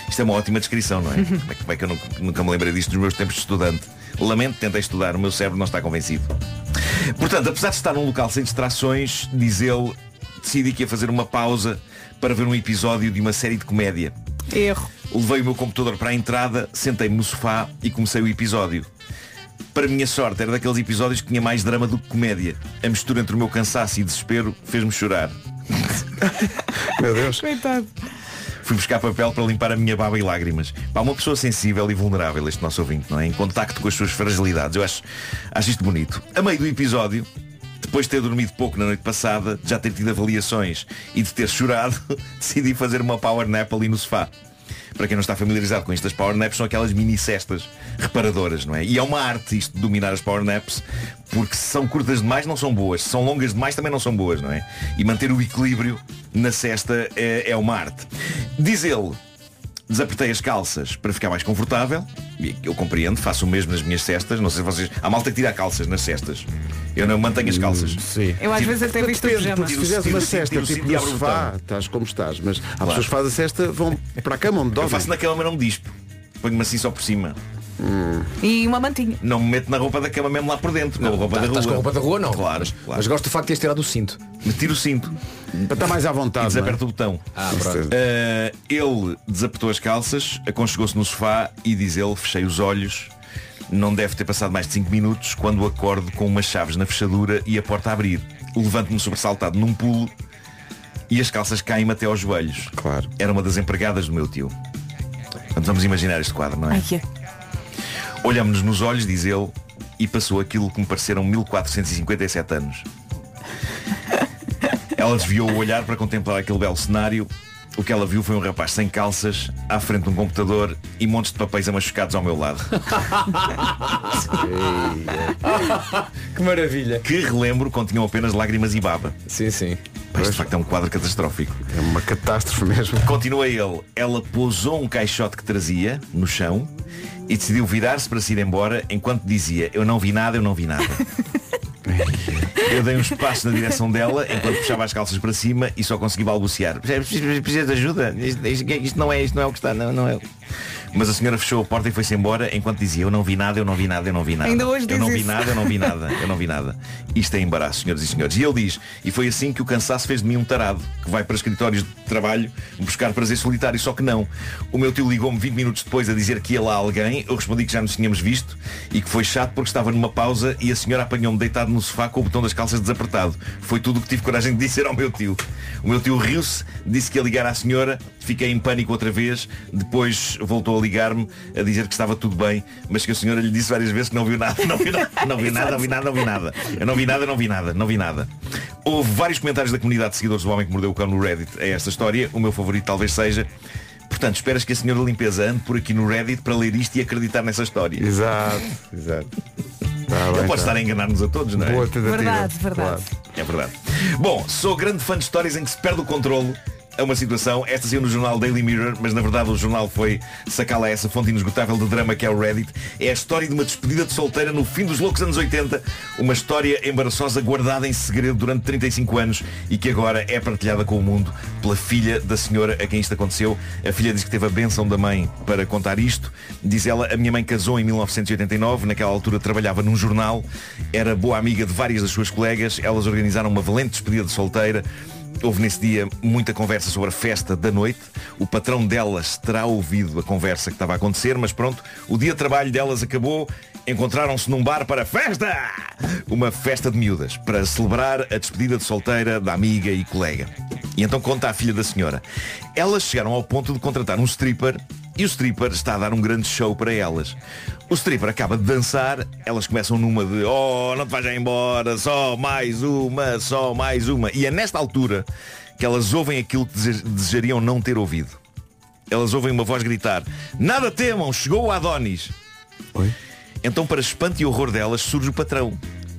Isto é uma ótima descrição, não é? Como é, como é que eu nunca, nunca me lembrei disto nos meus tempos de estudante? Lamento, tentei estudar, o meu cérebro não está convencido. Portanto, apesar de estar num local sem distrações, diz ele, decidi que ia fazer uma pausa para ver um episódio de uma série de comédia. Erro. Levei o meu computador para a entrada, sentei-me no sofá e comecei o episódio. Para minha sorte, era daqueles episódios que tinha mais drama do que comédia. A mistura entre o meu cansaço e desespero fez-me chorar. Meu Deus. Coitado. Fui buscar papel para limpar a minha baba e lágrimas. Pá, uma pessoa sensível e vulnerável, este nosso ouvinte, não é? Em contacto com as suas fragilidades. Eu acho, acho isto bonito. A meio do episódio, depois de ter dormido pouco na noite passada, de já ter tido avaliações e de ter chorado, decidi fazer uma power nap ali no sofá. Para quem não está familiarizado com isto, as power naps são aquelas mini cestas reparadoras, não é? E é uma arte isto de dominar as power naps, porque se são curtas demais não são boas, se são longas demais também não são boas, não é? E manter o equilíbrio na cesta é, é uma arte. Diz ele, desapertei as calças para ficar mais confortável. E eu compreendo, faço o mesmo nas minhas cestas. Não sei se vocês... Há malta que tira calças nas cestas. Eu não mantenho as calças. Hum, sim. Eu às vezes até visto o pijama. Se fizeres uma cesta tipo no sofá, estás como estás. Mas há pessoas que fazem a cesta, vão para a cama onde dormem. Eu faço na cama, mas não me dispo. Ponho-me assim só por cima. Hum. E uma mantinha. Não me meto na roupa da cama mesmo lá por dentro. Não, com a roupa tá, da rua. Estás com a roupa da rua não. Claro, mas, claro. mas gosto do facto de teres tirado o cinto. Me tiro o cinto. Para estar mais à vontade. E desaperto o botão. Ah, pronto. Uh, ele desapertou as calças, aconchegou-se no sofá e diz ele, fechei os olhos. Não deve ter passado mais de cinco minutos quando acordo com umas chaves na fechadura e a porta a abrir. Levanto-me sobressaltado num pulo e as calças caem-me até aos joelhos. Claro. Era uma das empregadas do meu tio. Portanto, vamos imaginar este quadro, não é? Ai, é. Olhamos-nos nos olhos, diz ele, e passou aquilo que me pareceram mil quatrocentos e cinquenta e sete anos. Ela desviou o olhar para contemplar aquele belo cenário. O que ela viu foi um rapaz sem calças, à frente de um computador e montes de papéis amachucados ao meu lado. Que maravilha. Que, relembro, continham apenas lágrimas e baba. Sim, sim. Mas de facto é um quadro catastrófico. É uma catástrofe mesmo. Continua ele. Ela pousou um caixote que trazia no chão e decidiu virar-se para se ir embora enquanto dizia, eu não vi nada, eu não vi nada. Eu dei uns passos na direção dela enquanto puxava as calças para cima e só consegui balbuciar. Precisa de ajuda? Isto, isto, isto não é, isto não é o que está, não, não é. Mas a senhora fechou a porta e foi-se embora enquanto dizia, eu não vi nada, eu não vi nada, eu não vi nada. Ainda hoje eu não diz vi isso. nada, eu não vi nada, eu não vi nada. Isto é embaraço, senhoras e senhores. E ele diz, e foi assim que o cansaço fez de mim um tarado, que vai para escritórios de trabalho buscar prazer solitário, só que não. O meu tio ligou-me vinte minutos depois a dizer que ia lá alguém, eu respondi que já nos tínhamos visto e que foi chato porque estava numa pausa e a senhora apanhou-me deitado no sofá com o botão das calças desapertado. Foi tudo o que tive coragem de dizer ao meu tio. O meu tio riu-se, disse que ia ligar à senhora, fiquei em pânico outra vez, depois voltou a ligar-me a dizer que estava tudo bem, mas que a senhora lhe disse várias vezes que não viu nada, não viu nada, não vi nada, não vi nada, não vi nada. Eu não vi nada, não vi nada, não vi nada. Houve vários comentários da comunidade de seguidores do Homem que Mordeu o Cão no Reddit a esta história. O meu favorito talvez seja, portanto, esperas que a senhora limpeza ande por aqui no Reddit para ler isto e acreditar nessa história. Exato, exato. Tá Ele bem, pode tá. estar a enganar-nos a todos, não é? Boa tentativa. Verdade, verdade. Claro. É verdade. Bom, sou grande fã de histórias em que se perde o controle a uma situação. Esta saiu no jornal Daily Mirror, mas na verdade o jornal foi sacá-la a essa fonte inesgotável de drama que é o Reddit. É a história de uma despedida de solteira no fim dos loucos anos oitenta. Uma história embaraçosa guardada em segredo durante trinta e cinco anos e que agora é partilhada com o mundo pela filha da senhora a quem isto aconteceu. A filha diz que teve a bênção da mãe para contar isto. Diz ela, a minha mãe casou em mil novecentos e oitenta e nove, naquela altura trabalhava num jornal, era boa amiga de várias das suas colegas, elas organizaram uma valente despedida de solteira. Houve nesse dia muita conversa sobre a festa da noite. O patrão delas terá ouvido a conversa que estava a acontecer, mas pronto, o dia de trabalho delas acabou. Encontraram-se num bar para festa! Uma festa de miúdas, para celebrar a despedida de solteira da amiga e colega. E então conta a filha da senhora. Elas chegaram ao ponto de contratar um stripper e o stripper está a dar um grande show para elas. O stripper acaba de dançar, elas começam numa de oh, não te vais já embora, só mais uma, só mais uma. E é nesta altura que elas ouvem aquilo que desejariam não ter ouvido. Elas ouvem uma voz gritar, nada temam, chegou o Adonis. Oi? Então, para espanto e horror delas, surge o patrão.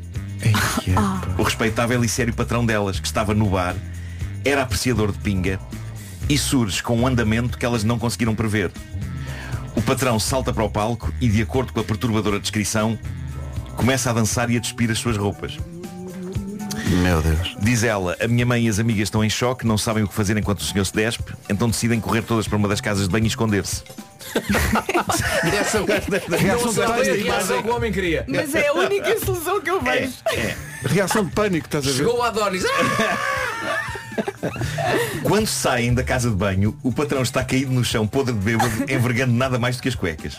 O respeitável e sério patrão delas, que estava no bar, era apreciador de pinga e surge com um andamento que elas não conseguiram prever. O patrão salta para o palco e, de acordo com a perturbadora descrição, começa a dançar e a despir as suas roupas. Meu Deus. Diz ela, a minha mãe e as amigas estão em choque, não sabem o que fazer enquanto o senhor se despe, então decidem correr todas para uma das casas de banho e esconder-se. Reação, reação, reação que o homem queria. Mas é a única solução que eu vejo. É, é. Reação de pânico, estás a ver? Chegou o Adonis. Quando saem da casa de banho, o patrão está caído no chão, podre de bêbado, envergando nada mais do que as cuecas.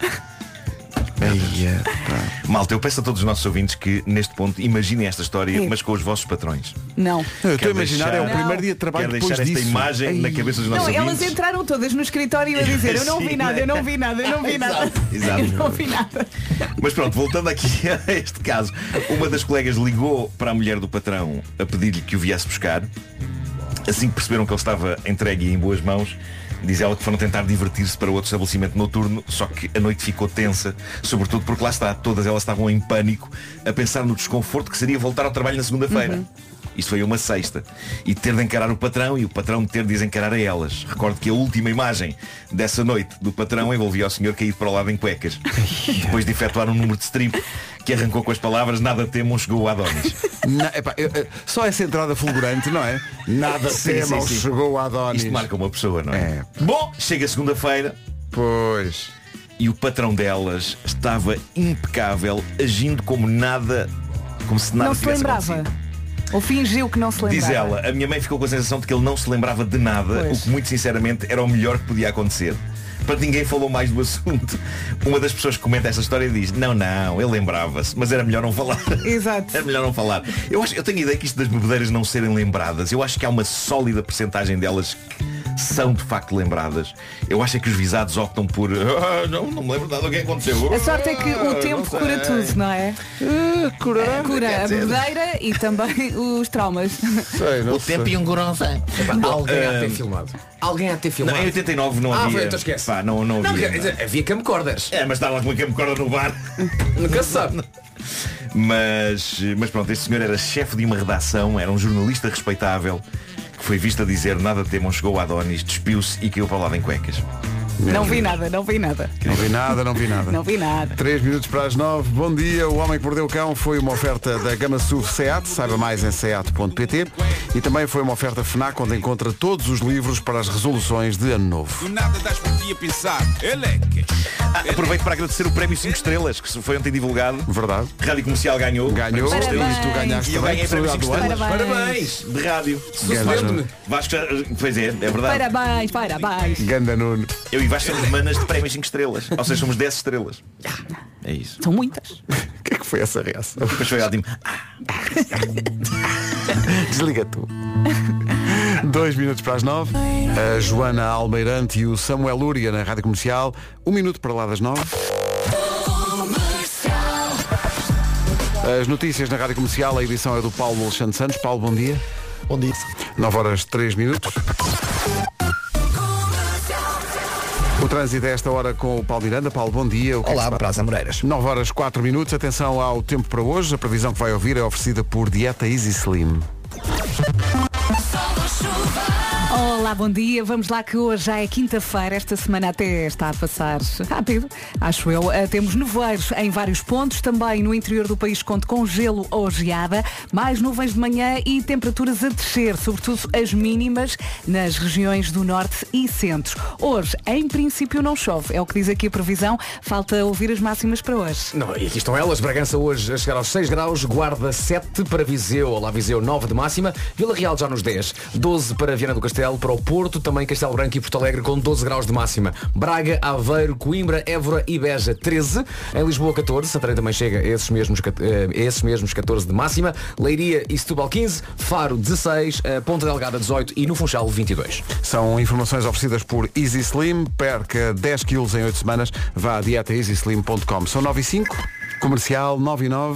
Eia, Malta, eu peço a todos os nossos ouvintes que neste ponto imaginem esta história, Sim. mas com os vossos patrões. Não. Eu estou a imaginar, deixar- é o Não. primeiro dia de trabalho Quero depois deixar esta disso. imagem Ei. na cabeça dos nossos Não, elas ouvintes. entraram todas no escritório a dizer eu não vi Sim, nada, eu não vi nada, eu não vi nada. Exato. Eu não vi nada. Mas pronto, voltando aqui a este caso, uma das colegas ligou para a mulher do patrão a pedir-lhe que o viesse buscar. Assim que perceberam que ele estava entregue e em boas mãos, diz ela que foram tentar divertir-se para outro estabelecimento noturno, só que a noite ficou tensa, sobretudo porque lá está, todas elas estavam em pânico, a pensar no desconforto que seria voltar ao trabalho na segunda-feira. Uhum. Isto foi uma sexta. E ter de encarar o patrão e o patrão ter de desencarar a elas. Recordo que a última imagem dessa noite do patrão envolvia o senhor caído para o lado em cuecas. Depois de efetuar um número de strip que arrancou com as palavras nada temam, chegou o Adonis. Na, epá, eu- eu- só essa entrada fulgurante, não é? Nada Sim, temam, sim, sim. chegou o Adonis. Isto marca uma pessoa, não é? É. Bom, chega segunda-feira. Pois. E o patrão delas estava impecável, agindo como nada, como se nada Não se tivesse lembrava. acontecido. Ou fingiu que não se lembrava. Diz ela, a minha mãe ficou com a sensação de que ele não se lembrava de nada, Pois. o que muito sinceramente era o melhor que podia acontecer. Para ninguém falou mais do assunto. Uma das pessoas que comenta esta história diz, não, não, ele lembrava-se, mas era melhor não falar. Exato. Era melhor não falar. Eu, acho, eu tenho a ideia que isto das bebedeiras não serem lembradas, eu acho que há uma sólida percentagem delas que são de facto lembradas. Eu acho é que os visados optam por "Ah, não, não me lembro nada do que aconteceu. A sorte é que Ah, o não tempo sei." cura tudo, não é? Cura. Cura quer a dizer- bebedeira e também os traumas. Sei, não O tempo sei. e um coronça. Alguém há de ter ah, filmado. Alguém há de ter Não, filmado. em oitenta e nove não Ah, havia. foi, então esquece. Pá, não, não Não, havia. quer dizer, havia camcorders. É, mas estava com uma camcorda no bar. Nunca se sabe. Mas, mas pronto, este senhor era chefe de uma redação, era um jornalista respeitável, que foi visto a dizer nada temam, chegou o Adonis, despiu-se e caiu para lá em cuecas. Não vi nada, não vi nada. Não vi nada, não vi nada. Não vi nada. Três minutos para as nove. Bom dia. O Homem que Mordeu o Cão foi uma oferta da Gama S U V SEAT. Saiba mais em seat ponto pt. E também foi uma oferta FNAC, onde encontra todos os livros para as resoluções de Ano Novo. Do nada das por ti a pensar. Eleques. Ah, aproveito para agradecer o prémio cinco estrelas, que foi ontem divulgado. Verdade. Rádio Comercial ganhou. Ganhou. Prémio cinco Parabéns. estrelas. E tu ganhaste E eu também ganhei prémio cinco personalidade do ano. estrelas. Parabéns. De rádio. Sucedendo-me. Vasco já, pois é, é verdade. Parabéns, parabéns. Ganda Nuno. Eu e Vasco somos manas de prémio cinco estrelas. Ou seja, somos dez estrelas. É isso. São muitas. O que é que foi essa reação? Depois foi ótimo. Desliga tu. Dois minutos para as nove. A Joana Almeirante e o Samuel Lúria na Rádio Comercial. Um minuto para lá das nove. As notícias na Rádio Comercial, a edição é do Paulo Alexandre Santos. Paulo, bom dia. Bom dia. nove horas três minutos. O trânsito é esta hora com o Paulo Miranda. Paulo, bom dia. O que é que Olá, se passa? Praça Amoreiras. nove horas quatro minutos. Atenção ao tempo para hoje. A previsão que vai ouvir é oferecida por Dieta Easy Slim. Olá, bom dia. Vamos lá que hoje já é quinta-feira. Esta semana até está a passar rápido, acho eu. Uh, temos nevoeiros em vários pontos. Também no interior do país conto com gelo ou geada. Mais nuvens de manhã e temperaturas a descer, sobretudo as mínimas nas regiões do norte e centro. Hoje, em princípio, não chove. É o que diz aqui a previsão. Falta ouvir as máximas para hoje. Não, e aqui estão elas. Bragança hoje a chegar aos seis graus, Guarda sete para Viseu, Olá Viseu nove de máxima, Vila Real já nos dez, doze para Viana do Castelo, para o Porto, também Castelo Branco e Porto Alegre com doze graus de máxima. Braga, Aveiro, Coimbra, Évora e Beja treze, em Lisboa catorze, Santarém também chega a esses mesmos, a esses mesmos catorze de máxima, Leiria e Setúbal quinze, Faro dezasseis, Ponta Delgada dezoito e no Funchal vinte e dois. São informações oferecidas por Easy Slim. Perca dez quilos em oito semanas. Vá a dieta easy slim ponto com. São nove e cinco. Comercial nove e nove.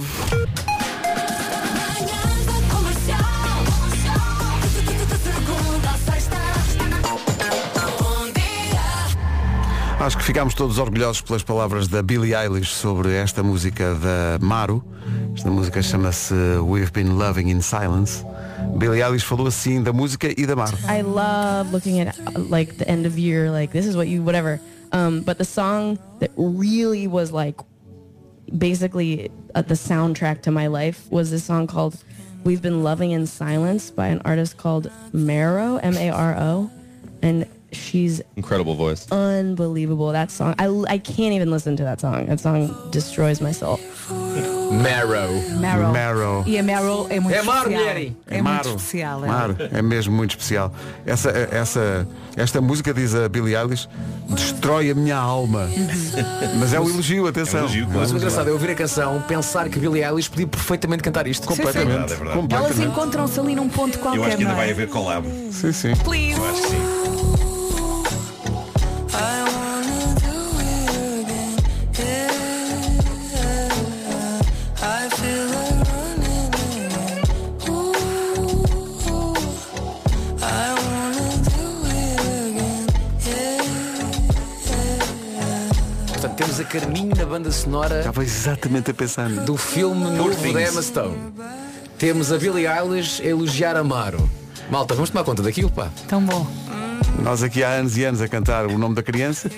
Acho que ficámos todos orgulhosos pelas palavras da Billie Eilish sobre esta música da Maru. Esta música chama-se We've Been Loving in Silence. Billie Eilish falou assim da música e da Maru. I love looking at like the end of year, like this is what you whatever. Um, but the song that really was like basically uh, the soundtrack to my life was this song called We've Been Loving in Silence by an artist called Maro, M A R O. And she's incredible voice. Unbelievable. That song. I, I can't even listen to that song. That song destroys my soul. Marrow. Marrow. Marrow. E a Marrow é muito É Maro, especial. Mary. É, É muito Maro. especial. É. Maro, é mesmo muito especial. Essa, essa, esta música, diz a Billie Eilish, destrói a minha alma. Mas é um elogio, atenção. É um elogio, claro. Mas o engraçado é ouvir a canção, pensar que Billie Eilish podia perfeitamente cantar isto. Completamente. É verdade, é verdade. Completamente. Elas encontram-se ali num ponto qualquer. Eu acho que ainda não é? vai haver collab. Sim, sim. Please. Eu acho que sim. Portanto, temos a Carminho na banda sonora Estava exatamente a pensar nisso. do filme novo da Emma Stone. Temos a Billie Eilish a elogiar a Maro. Malta, vamos tomar conta daquilo, pá. Tão bom. Nós aqui há anos e anos a cantar o nome da criança.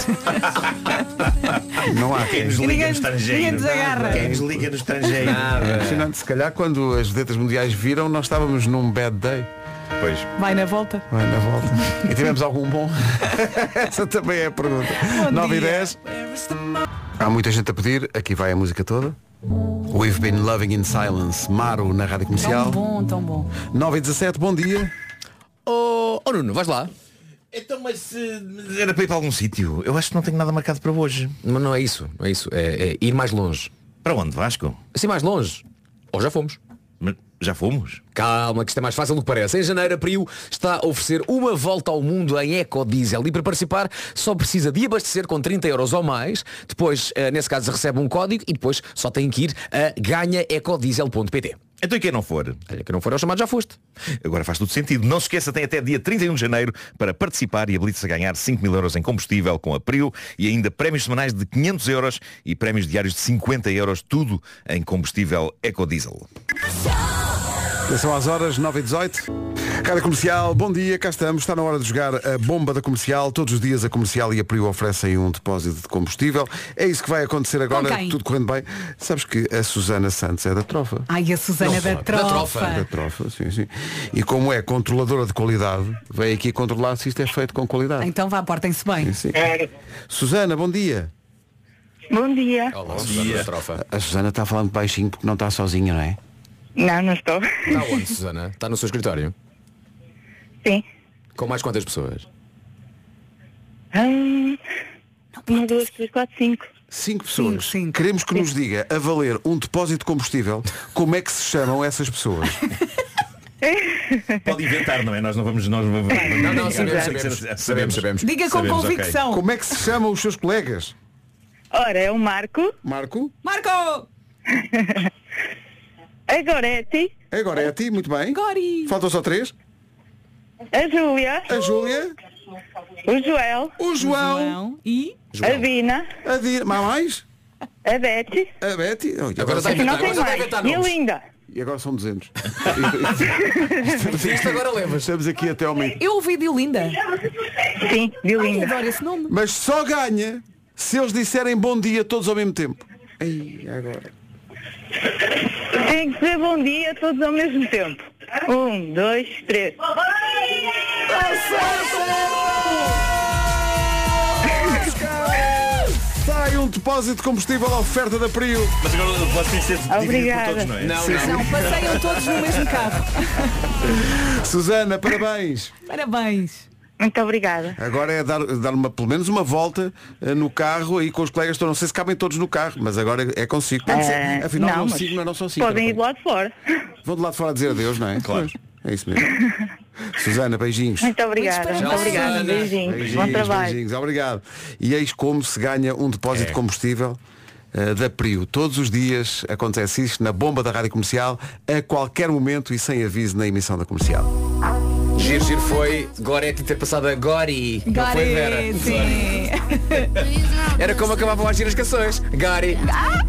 Não há Quem quem. nos liga Ninguém- no estrangeiro. ninguém nos agarra. Quem nos liga no estrangeiro. É impressionante. Se calhar quando as vedetas mundiais viram, nós estávamos num bad day. Pois. Vai na volta. Vai na volta. E tivemos algum bom? Essa também é a pergunta. Bom nove e dia. dez. Há muita gente a pedir. Aqui vai a música toda. We've Been Loving in Silence. Maro na Rádio Tão Comercial. bom, tão bom. nove e dezassete, bom dia. Oh, oh Nuno, vais lá. Então, mas se era para ir para algum sítio, eu acho que não tenho nada marcado para hoje. Mas não é isso, não é isso. É, é ir mais longe. Para onde, Vasco? Assim mais longe. Ou já fomos. Mas já fomos? Calma, que isto é mais fácil do que parece. Em janeiro, a Priu está a oferecer uma volta ao mundo em ecodiesel e para participar só precisa de abastecer com trinta euros ou mais. Depois, eh, nesse caso, recebe um código e depois só tem que ir a ganha ecodiesel ponto pt. Então e quem não for? Olha, quem não for é o chamado já foste. Agora faz tudo sentido. Não se esqueça, tem até dia trinta e um de janeiro para participar e habilite-se a ganhar cinco mil euros em combustível com a Priu e ainda prémios semanais de quinhentos euros e prémios diários de cinquenta euros, tudo em combustível ecodiesel. São às horas nove e dezoito. Rádio Comercial, bom dia, cá estamos. Está na hora de jogar a bomba da Comercial. Todos os dias a Comercial e a Priu oferecem um depósito de combustível. É isso que vai acontecer agora, Com quem? tudo correndo bem. Sabes que a Susana Santos é da Trofa. Ai, a Susana Não da fala. trofa. Da trofa. Da Trofa, sim, sim. E como é controladora de qualidade, vem aqui controlar se isto é feito com qualidade. Então vá, portem-se bem. Sim, sim. Susana, bom dia. Bom dia. Olá, Susana da Trofa. A Susana está falando baixinho porque não está sozinha, não é? Não, não estou. Está onde, Susana? Está no seu escritório? Sim. Com mais quantas pessoas? Hum, uma, duas, três, quatro, cinco. Cinco pessoas. Cinco, cinco. Queremos que nos diga, a valer um depósito de combustível, como é que se chamam essas pessoas? Pode inventar, não é? Nós não vamos. Nós não, vamos Não, não, sabemos, Tem que ser- sabemos. Sabemos, sabemos. Diga com Sabemos, ok. convicção. Como é que se chamam os seus colegas? Ora, é o Marco, Marco? Marco! a Gorete, Agora é a ti, muito bem. Gori! Faltam só três. a Júlia, A Júlia, o Joel, o João, João e... a Dina, a Dina, mas mais? a Betty. A Betty. Oh, e, Agora agora está a são, Não inventar, tem agora está a mais. inventar E a nomes. Linda. e agora são duzentos. Isto agora levas. Estamos aqui até ao meio. Eu ouvi de Linda. Sim, de Ai, Linda. adoro esse nome. Mas só ganha se eles disserem bom dia todos ao mesmo tempo. Ei, agora. Tem que dizer bom dia todos ao mesmo tempo. Um, dois, três. Sai um depósito de combustível à oferta da Priu. Mas agora pode ser dividido por Obrigada. todos, não é? Não, Sim, não. Não, passeiam todos no mesmo carro. Susana, parabéns. Parabéns. Muito obrigada. Agora é dar, dar uma, pelo menos uma volta eh, no carro aí com os colegas. Não sei se cabem todos no carro, mas agora é consigo. Tem que ser. Eh, Afinal, não, não, mas sigo, não são cinco. Podem ir do lado de fora. Vão de lá de fora dizer adeus, não é? Claro. Pois, é isso mesmo. Susana, beijinhos. Muito obrigada. Muito Muito obrigada. Susana. Beijinhos. Beijinhos, Bom trabalho. beijinhos. Obrigado. E eis como se ganha um depósito É. de combustível eh, da Priu. Todos os dias acontece isto na bomba da Rádio Comercial, a qualquer momento e sem aviso na emissão da Comercial. Giro, giro foi Gorete ter passado a Gori. Não foi Vera. Gori, sim. Era como acabavam a agir as canções. Gori.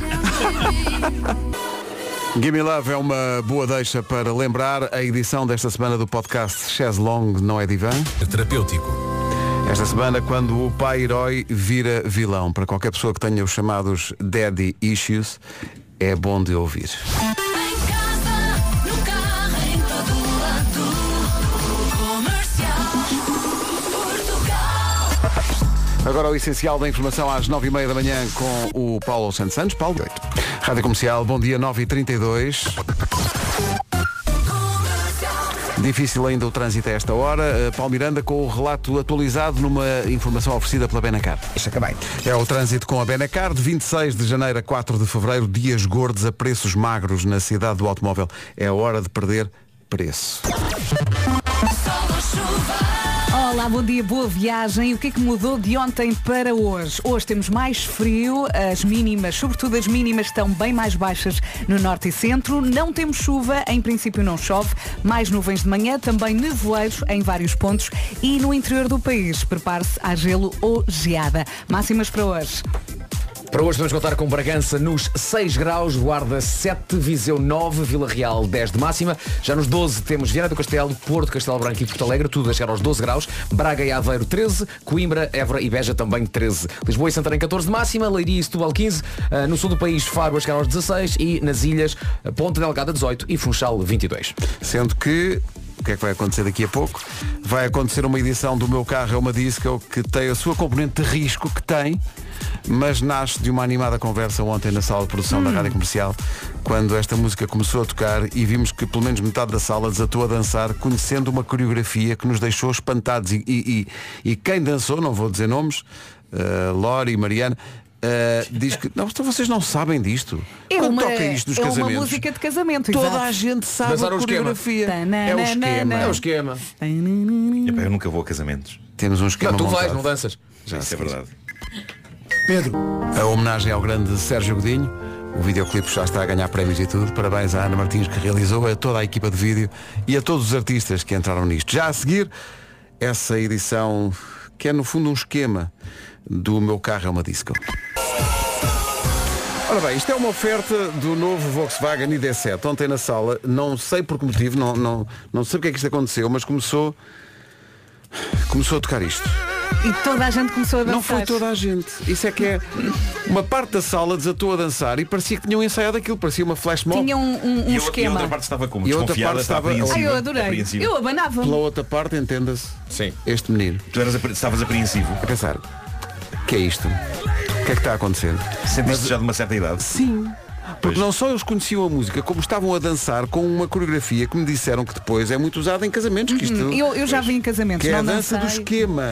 Gimme Love é uma boa deixa para lembrar a edição desta semana do podcast Chaise Longue Não é Divã. Terapêutico. Esta semana, quando o pai herói vira vilão. Para qualquer pessoa que tenha os chamados daddy issues, é bom de ouvir. Em casa, no carro. Agora o essencial da informação às nove e meia da manhã com o Paulo Santos Santos. Paulo, Rádio Comercial, bom dia, nove e trinta e dois. Difícil ainda o trânsito a esta hora. Uh, Paulo Miranda com o relato atualizado numa informação oferecida pela Benacar. Deixa acabar. É o trânsito com a Benacar de vinte e seis de janeiro a quatro de fevereiro. Dias gordos a preços magros na cidade do automóvel. É a hora de perder preço. Olá, bom dia, boa viagem. O que é que mudou de ontem para hoje? Hoje temos mais frio, as mínimas, sobretudo as mínimas, estão bem mais baixas no norte e centro. Não temos chuva, em princípio não chove. Mais nuvens de manhã, também nevoeiros em vários pontos. E no interior do país, prepare-se a gelo ou geada. Máximas para hoje. Para hoje vamos contar com Bragança nos seis graus, Guarda sete, Viseu nove, Vila Real dez de máxima. Já nos doze temos Viana do Castelo, Porto, Castelo Branco e Porto Alegre, tudo a chegar aos doze graus. Braga e Aveiro treze, Coimbra, Évora e Beja também treze. Lisboa e Santarém catorze de máxima, Leiria e Setúbal quinze, no sul do país Faro a chegar aos dezasseis e nas ilhas Ponta Delgada dezoito e Funchal vinte e dois. Sendo que... o que é que vai acontecer daqui a pouco? Vai acontecer uma edição do Meu Carro é uma Disco que tem a sua componente de risco, que tem, mas nasce de uma animada conversa ontem na sala de produção hum. da Rádio Comercial, quando esta música começou a tocar e vimos que pelo menos metade da sala desatou a dançar, conhecendo uma coreografia que nos deixou espantados. E, e, e, e quem dançou, não vou dizer nomes, uh, Lori e Mariana, Uh, diz que não, então vocês não sabem disto. É Quando uma, toca isto nos é casamentos, uma música de casamento. toda exato. a gente sabe Dançar a o coreografia. É o esquema. É o esquema. Epá, eu nunca vou a casamentos. Temos um esquema Não, tu montado. vais, não danças. Já, isso é verdade. Pedro. A homenagem ao grande Sérgio Godinho. O videoclipe já está a ganhar prémios e tudo. Parabéns à Ana Martins que realizou, a toda a equipa de vídeo e a todos os artistas que entraram nisto. Já a seguir, essa edição que é no fundo um esquema do Meu Carro é uma Disco. Ora bem, isto é uma oferta do novo Volkswagen I D sete. Ontem na sala, não sei por que motivo, não, não, não sei porque é que isto aconteceu, mas começou começou a tocar isto. E toda a gente começou a dançar. Não foi toda a gente. Isso é que é. Uma parte da sala desatou a dançar e parecia que tinham ensaiado aquilo, parecia uma flash mob. Tinha um, um, um e, esquema. E a outra parte estava como? E a outra Desconfiada, parte estava... Ai, eu adorei. Eu abanava. Pela outra parte, entenda-se. Sim. Este menino. Tu eras, estavas apreensivo. A pensar, o que é isto? O que é que está a acontecer? Sentiste já de uma certa idade? Sim. Porque pois. Não só eles conheciam a música, como estavam a dançar com uma coreografia que me disseram que depois é muito usada em casamentos. Que isto, uhum. eu, eu já pois, vi em casamentos. Que é não a dança dancei. do esquema.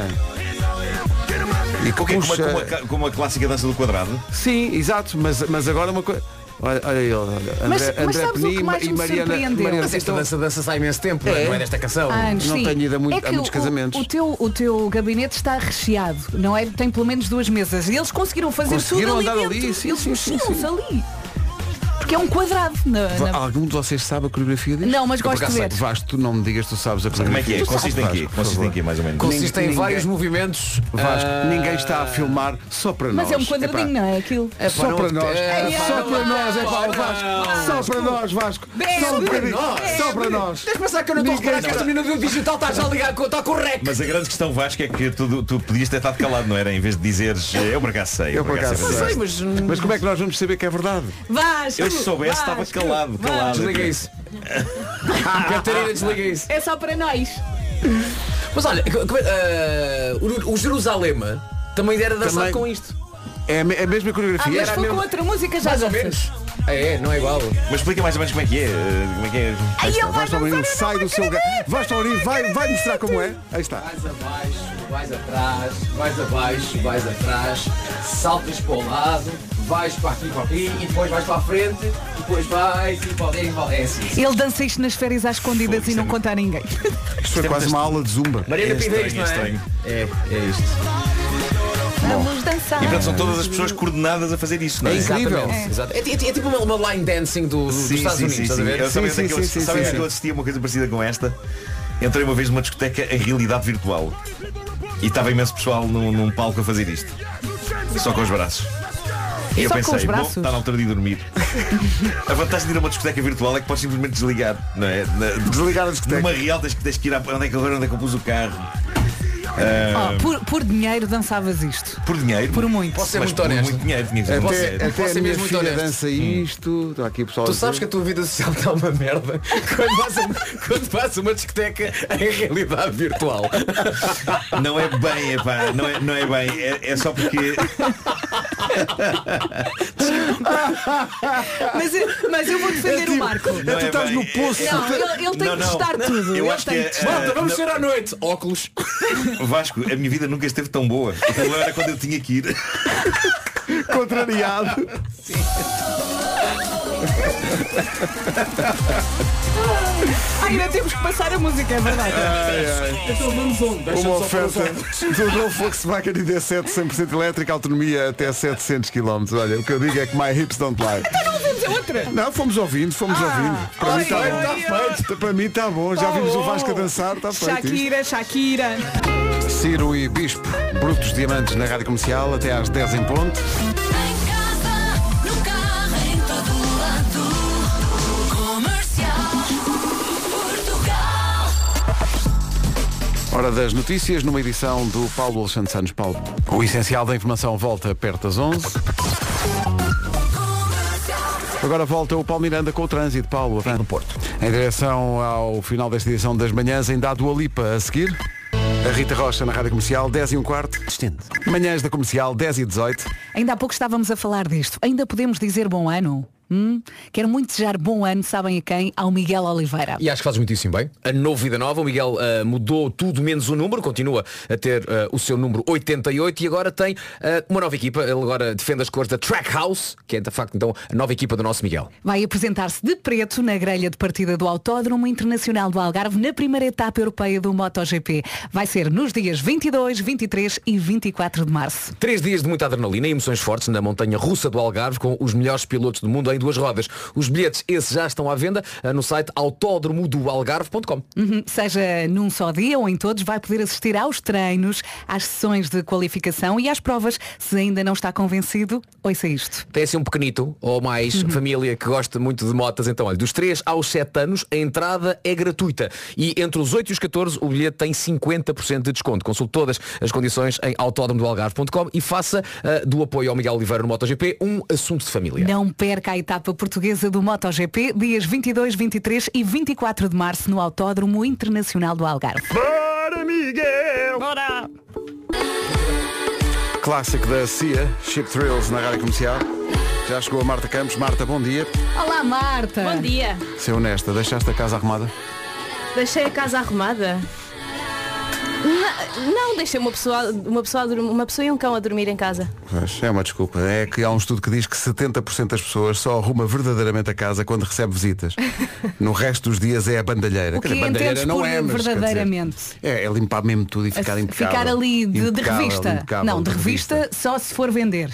E como, puxa... como, a, como, a, como a clássica dança do quadrado? Sim, exato, mas, mas agora uma coisa. Olha, olha ele, André, mas, mas André Peni e Mariana, Mariana. Mas esta dança dança há imenso tempo, é. não é desta canção. Ah, não sim. tenho ido a, muito, é que a muitos o, casamentos. O teu, o teu gabinete está recheado, não é? Tem pelo menos duas mesas. E eles conseguiram fazer conseguiram tudo ali andar dentro. Ali, sim, eles sim, sim, sim. ali. Porque é um quadrado. Na, na... Algum de vocês sabe a coreografia disto? Não, mas gosto de ver. Vasco, tu não me digas, tu sabes a coreografia. Como é que é? Consiste em quê? Consiste em quê, mais ou menos? Consiste em vários movimentos. Vasco, uh... ninguém está a filmar só para mas nós. Mas é um quadradinho, não é aquilo? É só para nós. É só para nós, é para o Vasco. Só para nós, Vasco. Só para nós. Só para nós. Tens de pensar que eu não estou a reparar que esta menina do digital está já a ligar, está com o rec. Mas a grande questão, Vasco, é que tu, tu podias ter estado calado, não era? Em vez de dizeres, eu por acaso sei. Eu por acaso sei. Mas como é que nós vamos saber que é verdade? Vasco. Eu se soubesse estava calado, calado. Desliga isso. Catarina, desliga isso. É só para nós. Mas olha, uh, o, o Jerusalema também era dançado também... com isto. É a mesma coreografia. Ah, mas foi com outra música já. Mais ou menos. É, é, não é igual. Mas explica mais ou menos como é que é. Como é que é? Aí está, vais ao menino, sai do seu lugar. Vais ao menino, vai, vai mostrar como é. Aí está. Vais abaixo, vais atrás, vais abaixo, vais atrás, saltas para o lado, vais para aqui, para aqui, e depois vais para a frente, e depois vais e para ali, é assim. Ele dança isto nas férias às escondidas Foi, e não é conta a ninguém. Isto foi quase uma aula de zumba. Mariana Pinheiros, não é? É, é isto. Vamos dançar. E portanto são todas as pessoas coordenadas a fazer isso, não é? É incrível. É, é, é, é tipo uma, uma line dancing do, sim, dos Estados sim, Unidos, sim, estás a ver? Eu sabia que eu assistia a uma coisa parecida com esta. Entrei uma vez numa discoteca em realidade virtual e estava imenso pessoal num, num palco a fazer isto. Só com os braços. E eu pensei, bom, está na altura de dormir. A vantagem de ir a uma discoteca virtual é que podes simplesmente desligar, não é? Na, desligar a discoteca. Numa real tens que, tens que ir a onde é que, onde é que eu pus o carro. Uh, Oh, por, por dinheiro dançavas isto. Por dinheiro? Por muito. Posso ser Mas muito por honesto? muito dinheiro tinha que ser Até, muito dinheiro. até Posso a ser minha mesmo muito filha honesto? dança isto. Está aqui o pessoal a Tu dizer. sabes que a tua vida social está uma merda quando vais a, quando vais a uma discoteca em realidade virtual. Não é bem, epá, não é, não é bem. É, é só porque. Mas, eu- mas eu vou defender o Marco. Não tu é estás bem, no poço. é- Não, ele, ele tem Não, que não. testar tudo. Eu Ele acho tem que que é, testar. Malta, vamos não. ser à noite. Óculos. Vasco, a minha vida nunca esteve tão boa. O problema era quando eu tinha que ir. Contrariado. Ai, ainda temos que passar a música, é verdade. Ai, ai. Então vamos onde? Uma oferta do novo Volkswagen I D sete cem por cento elétrica, autonomia até setecentos quilómetros. Olha, o que eu digo é que my hips don't lie. Não ouvimos a outra. Não, fomos ouvindo, fomos ouvindo. Para mim está bom. Para mim está bom. Já vimos o Vasco a dançar, está feito. isto. Shakira, Shakira. Ciro e Bispo, Brutos Diamantes na Rádio Comercial, até às dez em ponto. Hora das notícias, numa edição do Paulo Alexandre Santos. Paulo, o essencial da informação volta perto das onze. Agora volta o Paulo Miranda com o trânsito. Paulo, no Porto. Em direção ao final desta edição das manhãs, ainda há Dua Lipa a seguir. A Rita Rocha na Rádio Comercial, dez e um quarto. Estende. Manhãs da Comercial, dez e dezoito. Ainda há pouco estávamos a falar disto. Ainda podemos dizer bom ano? Hum? Quero muito desejar bom ano, sabem a quem? Ao Miguel Oliveira. E acho que fazes muitíssimo bem. A novo Vida Nova, o Miguel uh, mudou tudo menos o número, continua a ter uh, o seu número oitenta e oito e agora tem uh, uma nova equipa. Ele agora defende as cores da Trackhouse, que é de facto então a nova equipa do nosso Miguel. Vai apresentar-se de preto na grelha de partida do Autódromo Internacional do Algarve na primeira etapa europeia do MotoGP. Vai ser nos dias vinte e dois, vinte e três e vinte e quatro de março. Três dias de muita adrenalina e emoções fortes na montanha russa do Algarve com os melhores pilotos do mundo em duas rodas. Os bilhetes, esses já estão à venda uh, no site autódromo do algarve ponto com. Uhum. Seja num só dia ou em todos, vai poder assistir aos treinos, às sessões de qualificação e às provas. Se ainda não está convencido, ouça isto. Tem assim um pequenito ou mais Uhum. família que gosta muito de motas, então olha, dos três aos sete anos a entrada é gratuita e entre os oito e os catorze o bilhete tem cinquenta por cento de desconto. Consulte todas as condições em autódromo do algarve ponto com e faça uh, do apoio ao Miguel Oliveira no MotoGP um assunto de família. Não perca a etapa portuguesa do MotoGP, dias vinte e dois, vinte e três e vinte e quatro de março no Autódromo Internacional do Algarve. Bora, Miguel! Bora! Clássico da Cia, Ship Thrills na Rádio Comercial. Já chegou a Marta Campos. Marta, bom dia. Olá, Marta. Bom dia. Ser honesta, deixaste a casa arrumada? Deixei a casa arrumada? Não, não deixei uma pessoa, uma, pessoa a dormir, uma pessoa e um cão a dormir em casa. Pois, é uma desculpa. É que há um estudo que diz que setenta por cento das pessoas só arruma verdadeiramente a casa quando recebe visitas. No resto dos dias é a bandalheira. O que Quer dizer, bandalheira entendes não por é, mas, quer dizer, verdadeiramente? É, é limpar mesmo tudo e ficar impecável. Ficar ali de, de Impecável, revista. impecável, Não, de revista só se for vender.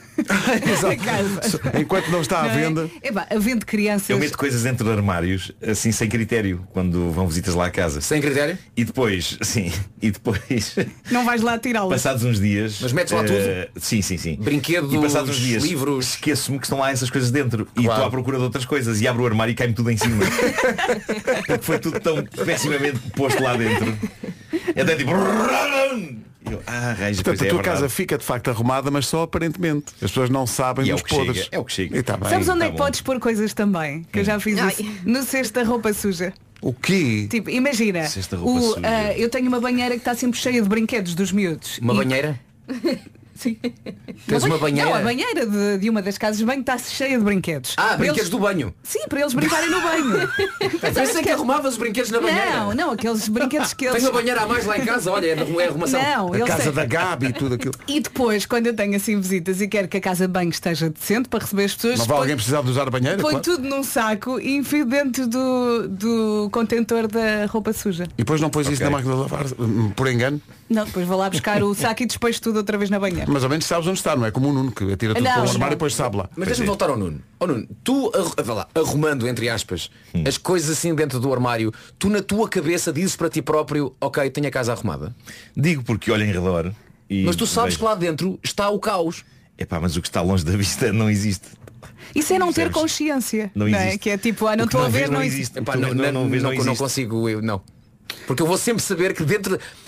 Exato. Enquanto não está à Não é? venda. Epá, a venda de crianças. Eu meto coisas dentro de armários, assim, sem critério, quando vão visitas lá à casa. Sem critério? E depois, sim, e depois, Não vais lá tirá-las. passados uns dias. Mas metes lá eh, tudo? Sim, sim, sim. Brinquedos, E passados uns dias, livros. esqueço-me que estão lá essas coisas dentro. E Claro. estou à procura de outras coisas. E abro o armário e cai-me tudo em cima. Porque foi tudo tão pessimamente posto lá dentro. Até tipo. Eu, ah, raios, Portanto, pois a é, é tua verdade. casa fica de facto arrumada, mas só aparentemente. As pessoas não sabem E é dos o que podres. chega, é o que chega. E tá bem. Sabes onde tá é que bom. podes pôr coisas também? Que eu já fiz Ai. isso. No cesto da roupa suja. O quê? Tipo, imagina, Cesto da roupa o, suja. ah, eu tenho uma banheira que está sempre cheia de brinquedos dos miúdos. Uma E- banheira? Sim. Tens uma banheira? Não, a banheira de, de uma das casas de banho está cheia de brinquedos. Ah, Para brinquedos eles- do banho. Sim, para eles brincarem no banho. Pensei que arrumavas os brinquedos na banheira. Não, não, aqueles brinquedos que eles... Tenho uma banheira a mais lá em casa, olha, é arrumação. Não, A eles casa têm- da Gabi e tudo aquilo. E depois, quando eu tenho assim visitas e quero que a casa de banho esteja decente para receber as pessoas, Não vai põe- alguém precisar de usar a banheira? põe Claro. tudo num saco e enfio dentro do, do contentor da roupa suja. E depois não pões isso Ok. na máquina de lavar, hum, por engano. Não, depois vou lá buscar o saco e despejo tudo outra vez na banheira. Mas ao menos sabes onde está, não é como o Nuno que atira tudo Não, para o não. armário e depois sabe lá. Mas deixa-me voltar ao Nuno. Ó Nuno, tu arru- vá lá, arrumando, entre aspas, as coisas assim dentro do armário, tu na tua cabeça dizes para ti próprio, ok, tenho a casa arrumada. Digo porque olho em redor. E Mas tu sabes vejo- que lá dentro está o caos. Epá, mas o que está longe da vista não existe. Isso é não ter Percebes? consciência. Não Não é? existe. Que é tipo, ah, não O que estou a não ver, vês não não existe. existe. Epá, Tu não, não- não, não vês, não, não não existe. consigo, eu não. Porque eu vou sempre saber que dentro.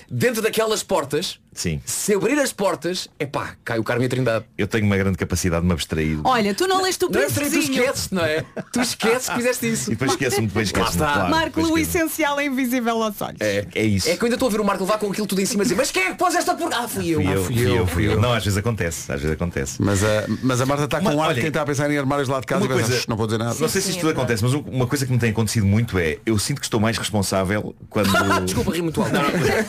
dentro daquelas portas, Sim. se abrir as portas, epá, cai o Carmo e a Trindade. Eu tenho uma grande capacidade de me abstrair. Olha, tu não leste o Não é abstrair, tu príncipezinho. esqueces, não é? Tu esqueces que fizeste isso. E depois esqueço-me, depois esqueço-me. Lá está. Claro, Marco, depois o esqueço-me. essencial é invisível aos olhos. É, É isso. é que eu ainda estou a ver o Marco levar com aquilo tudo em cima e dizer, mas quem é que pôs esta porca? Ah, fui eu. Fui Ah, eu, fui fui eu. eu, fui eu. Não, às vezes acontece, às vezes acontece. Mas a, mas a Marta está com Uma- um ar olha, de quem está a pensar em armários lá de casa Uma e pensa, coisa, "Shh, não vou dizer nada." Não sei se isto tudo acontece, mas um- uma coisa que me tem acontecido muito é eu sinto que estou mais responsável quando. Desculpa, ri muito alto. Não, não,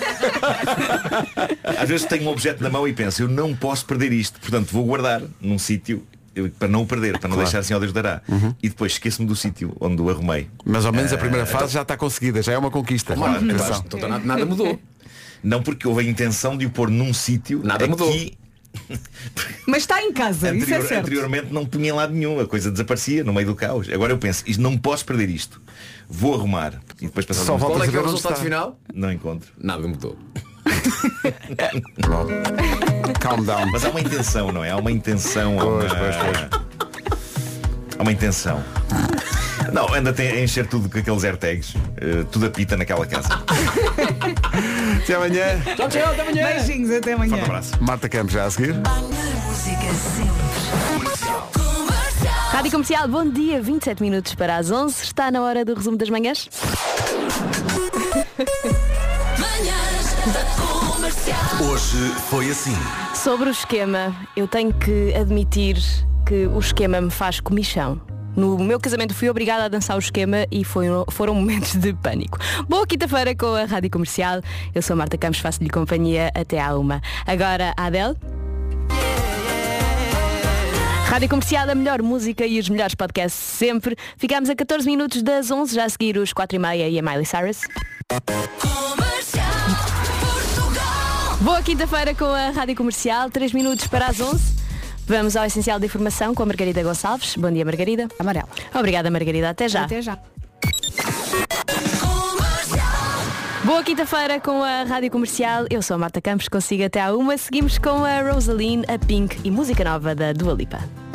Às vezes tenho um objeto na mão e penso, eu não posso perder isto, portanto vou guardar num sítio eu- para não o perder, para não Claro. deixar assim ao Deus dará. E depois esqueço-me do sítio onde o arrumei. Mas ao menos a Eh, primeira fase então- já está conseguida, já é uma conquista. Claro, Atenção. Então, nada, nada mudou. Não porque houve a intenção de o pôr num sítio Nada aqui, mudou. Mas está em casa, isso é anterior- certo. anteriormente não punha em lado nenhum, a coisa desaparecia no meio do caos. Agora eu penso, isto não posso perder isto. Vou arrumar. E depois passar Só volta Qual é a que é o saber onde resultado está. final? Não encontro. Nada mudou. Calm down. Mas há uma intenção, não é? Há uma intenção. Há uma... Pois, pois, pois. Há uma intenção. Não, anda a encher tudo com aqueles AirTags. eh, tudo apita naquela casa. Até amanhã. Tchau, tchau, até amanhã. Beijinhos, até amanhã. Forte abraço. Marta Campos já a seguir. Rádio Comercial, bom dia, vinte e sete minutos para as onze. Está na hora do resumo das manhãs. Hoje foi assim. Sobre o esquema, eu tenho que admitir que o esquema me faz comichão. No meu casamento fui obrigada a dançar o esquema e foi, foram momentos de pânico. Boa quinta-feira com a Rádio Comercial. Eu sou a Marta Campos, faço-lhe companhia até à uma. Agora a Adele. Rádio Comercial, a melhor música e os melhores podcasts sempre. Ficamos a catorze minutos das onze, já a seguir os quatro e meia e a Miley Cyrus. Boa quinta-feira com a Rádio Comercial, três minutos para as onze. Vamos ao essencial da informação com a Margarida Gonçalves. Bom dia, Margarida. Amarelo. Obrigada, Margarida. Até já. Até já. Boa quinta-feira com a Rádio Comercial. Eu sou a Marta Campos, consigo até à uma. Seguimos com a Rosaline, a Pink e música nova da Dua Lipa.